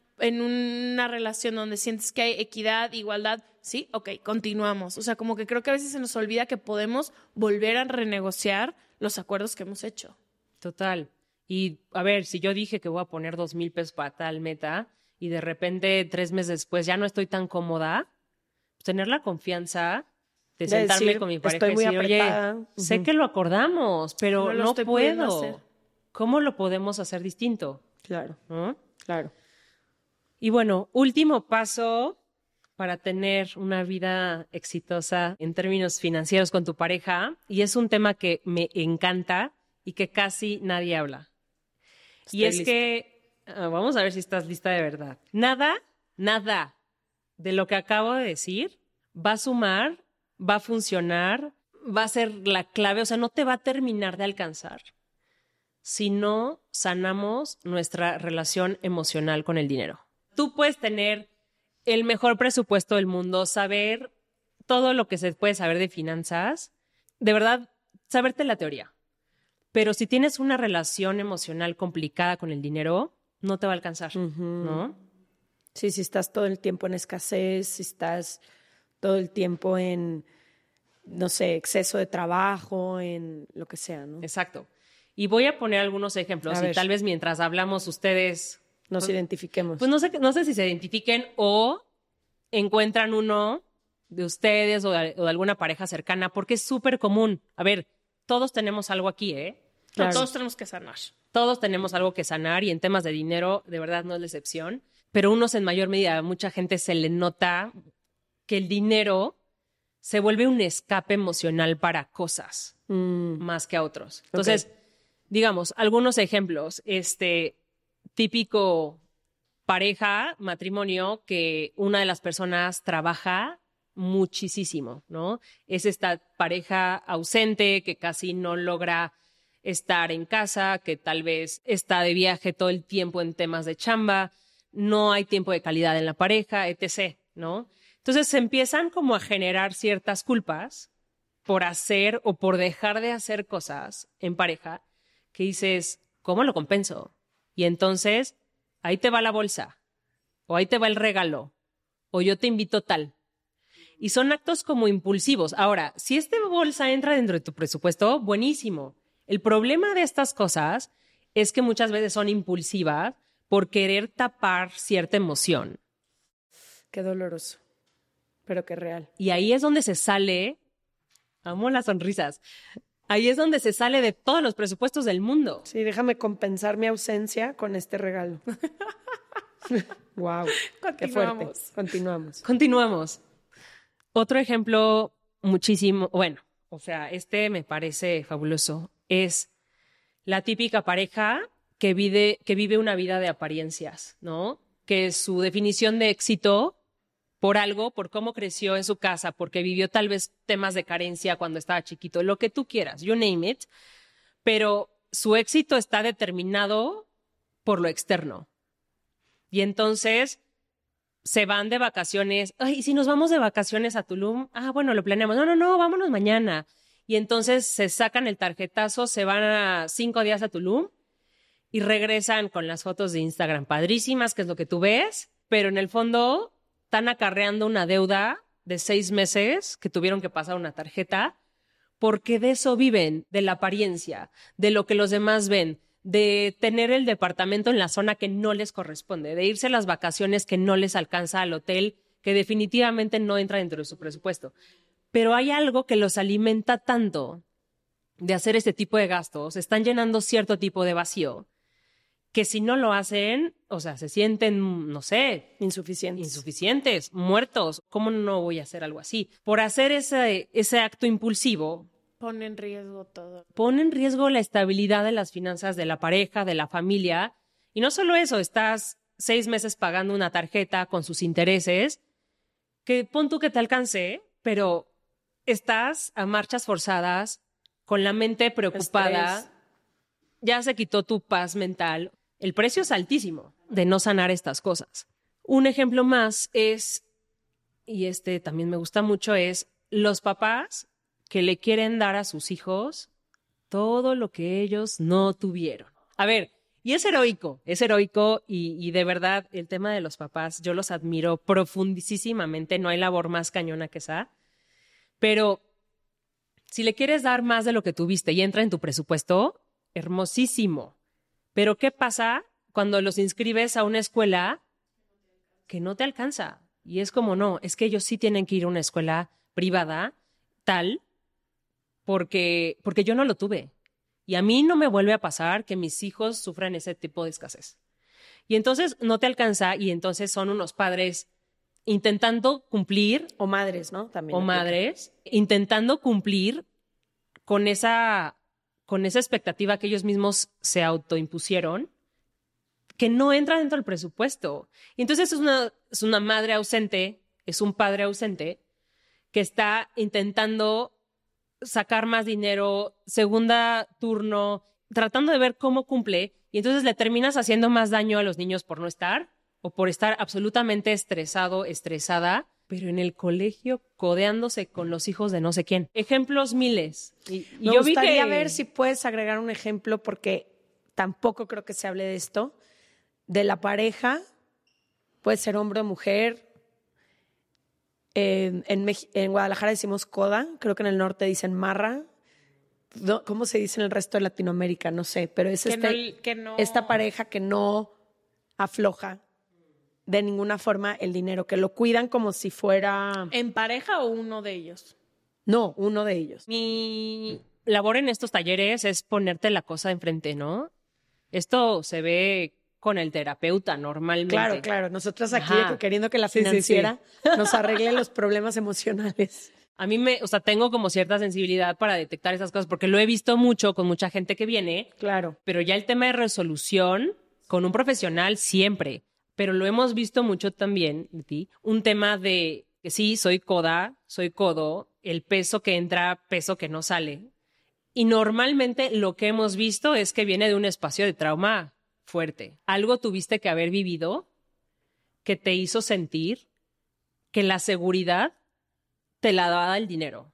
una relación donde sientes que hay equidad, igualdad? Sí, ok, continuamos. O sea, como que creo que a veces se nos olvida que podemos volver a renegociar los acuerdos que hemos hecho. Total. Y a ver, si yo dije que voy a poner 2,000 pesos para tal meta y de repente 3 meses después ya no estoy tan cómoda, pues tener la confianza de sentarme decir, con mi pareja estoy y muy decir, apretada. oye, sé que lo acordamos, pero no estoy pudiendo puedo. hacer. ¿Cómo lo podemos hacer distinto? Claro, ¿No? claro. Y bueno, último paso para tener una vida exitosa en términos financieros con tu pareja, y es un tema que me encanta y que casi nadie habla. Y es que, vamos a ver si estás lista de verdad. Nada de lo que acabo de decir va a sumar, va a funcionar, va a ser la clave, o sea, no te va a terminar de alcanzar si no sanamos nuestra relación emocional con el dinero. Tú puedes tener el mejor presupuesto del mundo, saber todo lo que se puede saber de finanzas, de verdad, saberte la teoría. Pero si tienes una relación emocional complicada con el dinero, no te va a alcanzar, ¿no? Sí, si estás todo el tiempo en escasez, si estás todo el tiempo en, no sé, exceso de trabajo, en lo que sea, ¿no? Exacto. Y voy a poner algunos ejemplos y tal vez mientras hablamos ustedes nos identifiquemos. Pues no sé si se identifiquen o encuentran uno de ustedes o de alguna pareja cercana, porque es súper común. A ver, todos tenemos algo aquí, ¿eh? Claro. No, todos tenemos que sanar. Todos tenemos algo que sanar y en temas de dinero, de verdad, no es la excepción. Pero unos en mayor medida, a mucha gente se le nota que el dinero se vuelve un escape emocional para cosas más que a otros. Entonces, digamos, algunos ejemplos. Típico pareja, matrimonio, que una de las personas trabaja muchísimo, ¿no? Es esta pareja ausente que casi no logra estar en casa, que tal vez está de viaje todo el tiempo en temas de chamba, no hay tiempo de calidad en la pareja, etc., ¿no? Entonces se empiezan como a generar ciertas culpas por hacer o por dejar de hacer cosas en pareja que dices, ¿cómo lo compenso? Y entonces ahí te va la bolsa, o ahí te va el regalo, o yo te invito tal. Y son actos como impulsivos. Ahora, si esta bolsa entra dentro de tu presupuesto, buenísimo. El problema de estas cosas es que muchas veces son impulsivas por querer tapar cierta emoción. Qué doloroso, pero qué real. Y ahí es donde se sale, amo las sonrisas, ahí es donde se sale de todos los presupuestos del mundo. Sí, déjame compensar mi ausencia con este regalo. Wow, qué fuerte. Continuamos. Otro ejemplo muchísimo, bueno, o sea, me parece fabuloso, es la típica pareja que vive una vida de apariencias, ¿no? que su definición de éxito por algo, por cómo creció en su casa, porque vivió tal vez temas de carencia cuando estaba chiquito, lo que tú quieras, you name it, pero su éxito está determinado por lo externo. Y entonces se van de vacaciones. Ay, ¿y si nos vamos de vacaciones a Tulum? Ah, bueno, lo planeamos. No, vámonos mañana. Y entonces se sacan el tarjetazo, se van a 5 días a Tulum y regresan con las fotos de Instagram padrísimas, que es lo que tú ves, pero en el fondo están acarreando una deuda de 6 meses que tuvieron que pasar una tarjeta, porque de eso viven, de la apariencia, de lo que los demás ven, de tener el departamento en la zona que no les corresponde, de irse a las vacaciones que no les alcanza al hotel, que definitivamente no entra dentro de su presupuesto. Pero hay algo que los alimenta tanto de hacer este tipo de gastos, están llenando cierto tipo de vacío, que si no lo hacen, o sea, se sienten, no sé, insuficientes, muertos. ¿Cómo no voy a hacer algo así? Por hacer ese acto impulsivo, pone en riesgo todo. Pone en riesgo la estabilidad de las finanzas de la pareja, de la familia. Y no solo eso, estás 6 meses pagando una tarjeta con sus intereses, que pon tú que te alcance, pero estás a marchas forzadas, con la mente preocupada, estrés. Ya se quitó tu paz mental. El precio es altísimo de no sanar estas cosas. Un ejemplo más es, y este también me gusta mucho, es los papás que le quieren dar a sus hijos todo lo que ellos no tuvieron. A ver, y es heroico y de verdad el tema de los papás yo los admiro profundísimamente, no hay labor más cañona que esa, pero si le quieres dar más de lo que tuviste y entra en tu presupuesto, hermosísimo. Pero ¿qué pasa cuando los inscribes a una escuela que no te alcanza? Y es como, no, es que ellos sí tienen que ir a una escuela privada tal porque yo no lo tuve. Y a mí no me vuelve a pasar que mis hijos sufran ese tipo de escasez. Y entonces no te alcanza y entonces son unos padres intentando cumplir. O madres, ¿no? También. O madres, intentando cumplir con esa expectativa que ellos mismos se autoimpusieron, que no entra dentro del presupuesto. Y entonces es una madre ausente, es un padre ausente, que está intentando sacar más dinero, segunda turno, tratando de ver cómo cumple, y entonces le terminas haciendo más daño a los niños por no estar, o por estar absolutamente estresado, estresada, pero en el colegio codeándose con los hijos de no sé quién. Ejemplos miles. Y me gustaría ver si puedes agregar un ejemplo, porque tampoco creo que se hable de esto, de la pareja, puede ser hombre o mujer. En Guadalajara decimos coda, creo que en el norte dicen marra. No, ¿cómo se dice en el resto de Latinoamérica? No sé, pero es esta pareja que no afloja de ninguna forma el dinero, que lo cuidan como si fuera... ¿En pareja o uno de ellos? No, uno de ellos. Mi labor en estos talleres es ponerte la cosa enfrente, ¿no? Esto se ve con el terapeuta normalmente. Claro. Nosotros aquí queriendo que la financiera nos arregle los problemas emocionales. A mí tengo como cierta sensibilidad para detectar esas cosas porque lo he visto mucho con mucha gente que viene. Claro. Pero ya el tema de resolución con un profesional siempre. Pero lo hemos visto mucho también, de ti, un tema de que sí, soy coda, soy codo, el peso que entra, peso que no sale. Y normalmente lo que hemos visto es que viene de un espacio de trauma fuerte. Algo tuviste que haber vivido que te hizo sentir que la seguridad te la daba el dinero.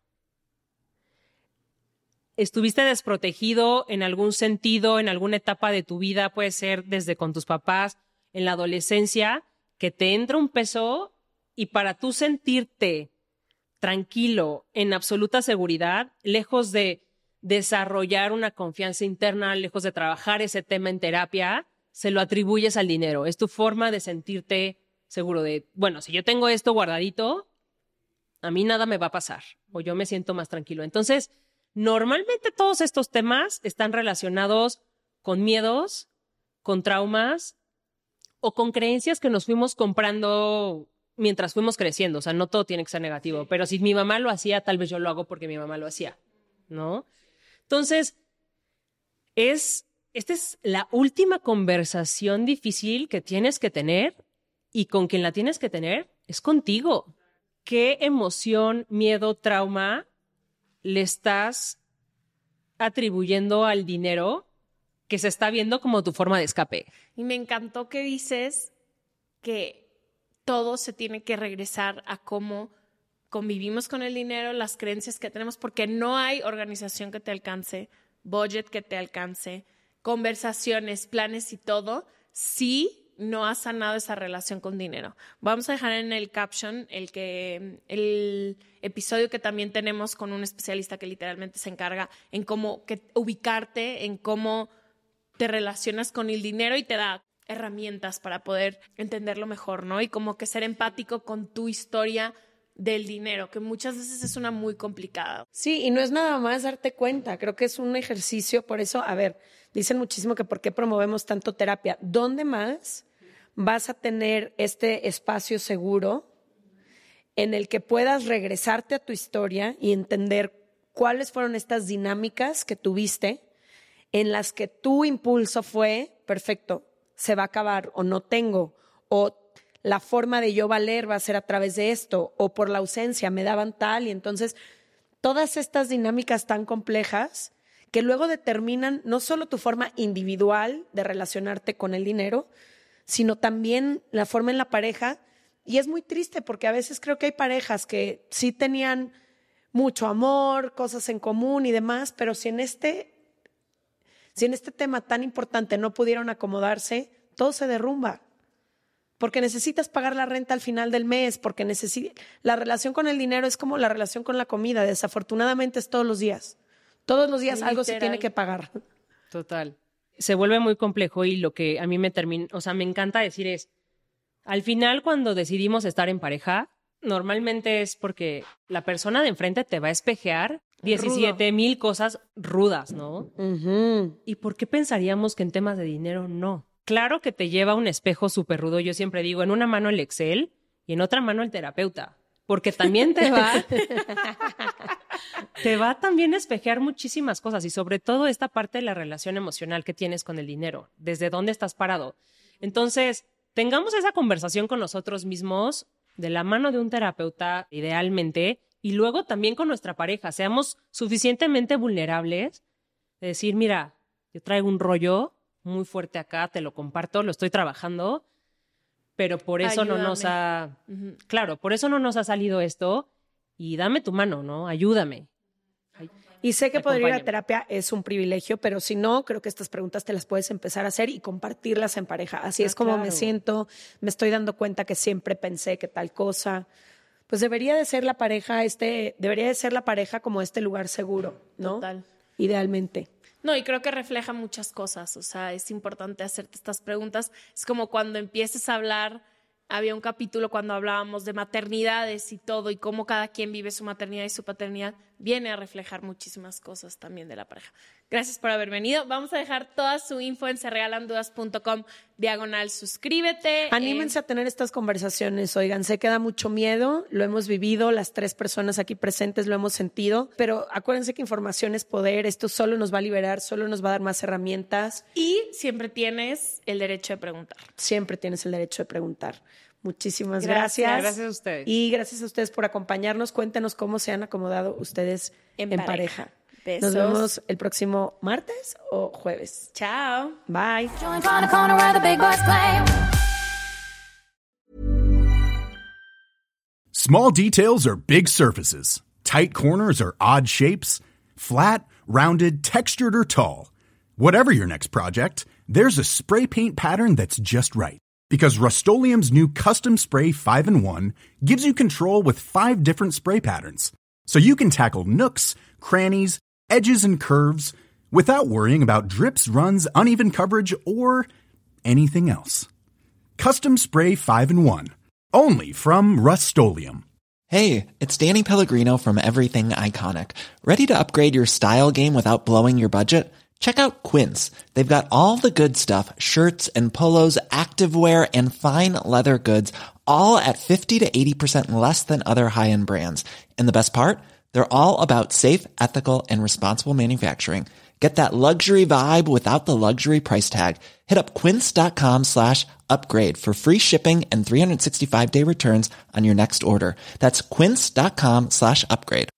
Estuviste desprotegido en algún sentido, en alguna etapa de tu vida, puede ser desde con tus papás, en la adolescencia, que te entra un peso y para tú sentirte tranquilo, en absoluta seguridad, lejos de desarrollar una confianza interna, lejos de trabajar ese tema en terapia, se lo atribuyes al dinero. Es tu forma de sentirte seguro de, bueno, si yo tengo esto guardadito, a mí nada me va a pasar o yo me siento más tranquilo. Entonces, normalmente todos estos temas están relacionados con miedos, con traumas o con creencias que nos fuimos comprando mientras fuimos creciendo. O sea, no todo tiene que ser negativo, pero si mi mamá lo hacía, tal vez yo lo hago porque mi mamá lo hacía, ¿no? Entonces, esta es la última conversación difícil que tienes que tener y con quien la tienes que tener es contigo. ¿Qué emoción, miedo, trauma le estás atribuyendo al dinero que se está viendo como tu forma de escape? Y me encantó que dices que todo se tiene que regresar a cómo convivimos con el dinero, las creencias que tenemos, porque no hay organización que te alcance, budget que te alcance, conversaciones, planes y todo, si no has sanado esa relación con dinero. Vamos a dejar en el caption el episodio que también tenemos con un especialista que literalmente se encarga en cómo ubicarte, en cómo te relacionas con el dinero y te da herramientas para poder entenderlo mejor, ¿no? Y como que ser empático con tu historia del dinero, que muchas veces es una muy complicada. Sí, y no es nada más darte cuenta, creo que es un ejercicio, por eso, a ver, dicen muchísimo que por qué promovemos tanto terapia. ¿Dónde más vas a tener este espacio seguro en el que puedas regresarte a tu historia y entender cuáles fueron estas dinámicas que tuviste en las que tu impulso fue, perfecto, se va a acabar o no tengo, o la forma de yo valer va a ser a través de esto, o por la ausencia me daban tal, y entonces todas estas dinámicas tan complejas que luego determinan no solo tu forma individual de relacionarte con el dinero, sino también la forma en la pareja. Y es muy triste porque a veces creo que hay parejas que sí tenían mucho amor, cosas en común y demás, pero si en este tema tan importante no pudieron acomodarse, todo se derrumba. Porque necesitas pagar la renta al final del mes, porque la relación con el dinero es como la relación con la comida, desafortunadamente es todos los días. Todos los días Literal. Algo se tiene que pagar. Total. Se vuelve muy complejo y lo que a mí me encanta decir es, al final cuando decidimos estar en pareja, normalmente es porque la persona de enfrente te va a espejear 17,000 cosas rudas, ¿no? Uh-huh. ¿Y por qué pensaríamos que en temas de dinero no? Claro que te lleva un espejo súper rudo, yo siempre digo, en una mano el Excel y en otra mano el terapeuta, porque también te va también a espejear muchísimas cosas y sobre todo esta parte de la relación emocional que tienes con el dinero, desde dónde estás parado. Entonces, tengamos esa conversación con nosotros mismos de la mano de un terapeuta, idealmente, y luego también con nuestra pareja. Seamos suficientemente vulnerables de decir, mira, yo traigo un rollo muy fuerte acá, te lo comparto, lo estoy trabajando, pero por eso Ayúdame. por eso no nos ha salido esto y dame tu mano, ¿no? Ayúdame. Y sé que poder ir a Acompáñame. terapia es un privilegio, pero si no, creo que estas preguntas te las puedes empezar a hacer y compartirlas en pareja. Así es como me siento, me estoy dando cuenta que siempre pensé que tal cosa. Pues debería de ser la pareja como este lugar seguro, ¿no? Total. Idealmente. No, y creo que refleja muchas cosas, o sea, es importante hacerte estas preguntas. Es como cuando empieces a hablar, había un capítulo cuando hablábamos de maternidades y todo, y cómo cada quien vive su maternidad y su paternidad, viene a reflejar muchísimas cosas también de la pareja. Gracias por haber venido. Vamos a dejar toda su info en seregalandudas.com/suscríbete. Anímense a tener estas conversaciones, oigan, sé que da mucho miedo, lo hemos vivido, las 3 personas aquí presentes lo hemos sentido, pero acuérdense que información es poder, esto solo nos va a liberar, solo nos va a dar más herramientas. Y siempre tienes el derecho de preguntar. Siempre tienes el derecho de preguntar. Muchísimas gracias. Gracias a ustedes. Y gracias a ustedes por acompañarnos. Cuéntenos cómo se han acomodado ustedes en pareja. Besos. Nos vemos el próximo martes o jueves. Chao. Bye. Small details are big surfaces. Tight corners are odd shapes. Flat, rounded, textured, or tall. Whatever your next project, there's a spray paint pattern that's just right. Because Rust-Oleum's new Custom Spray 5-in-1 gives you control with 5 different spray patterns. So you can tackle nooks, crannies, edges, and curves without worrying about drips, runs, uneven coverage, or anything else. Custom Spray 5-in-1. Only from Rust-Oleum. Hey, it's Danny Pellegrino from Everything Iconic. Ready to upgrade your style game without blowing your budget? Check out Quince. They've got all the good stuff, shirts and polos, activewear, and fine leather goods, all at 50 to 80% less than other high-end brands. And the best part? They're all about safe, ethical, and responsible manufacturing. Get that luxury vibe without the luxury price tag. Hit up quince.com/upgrade for free shipping and 365-day returns on your next order. That's quince.com/upgrade.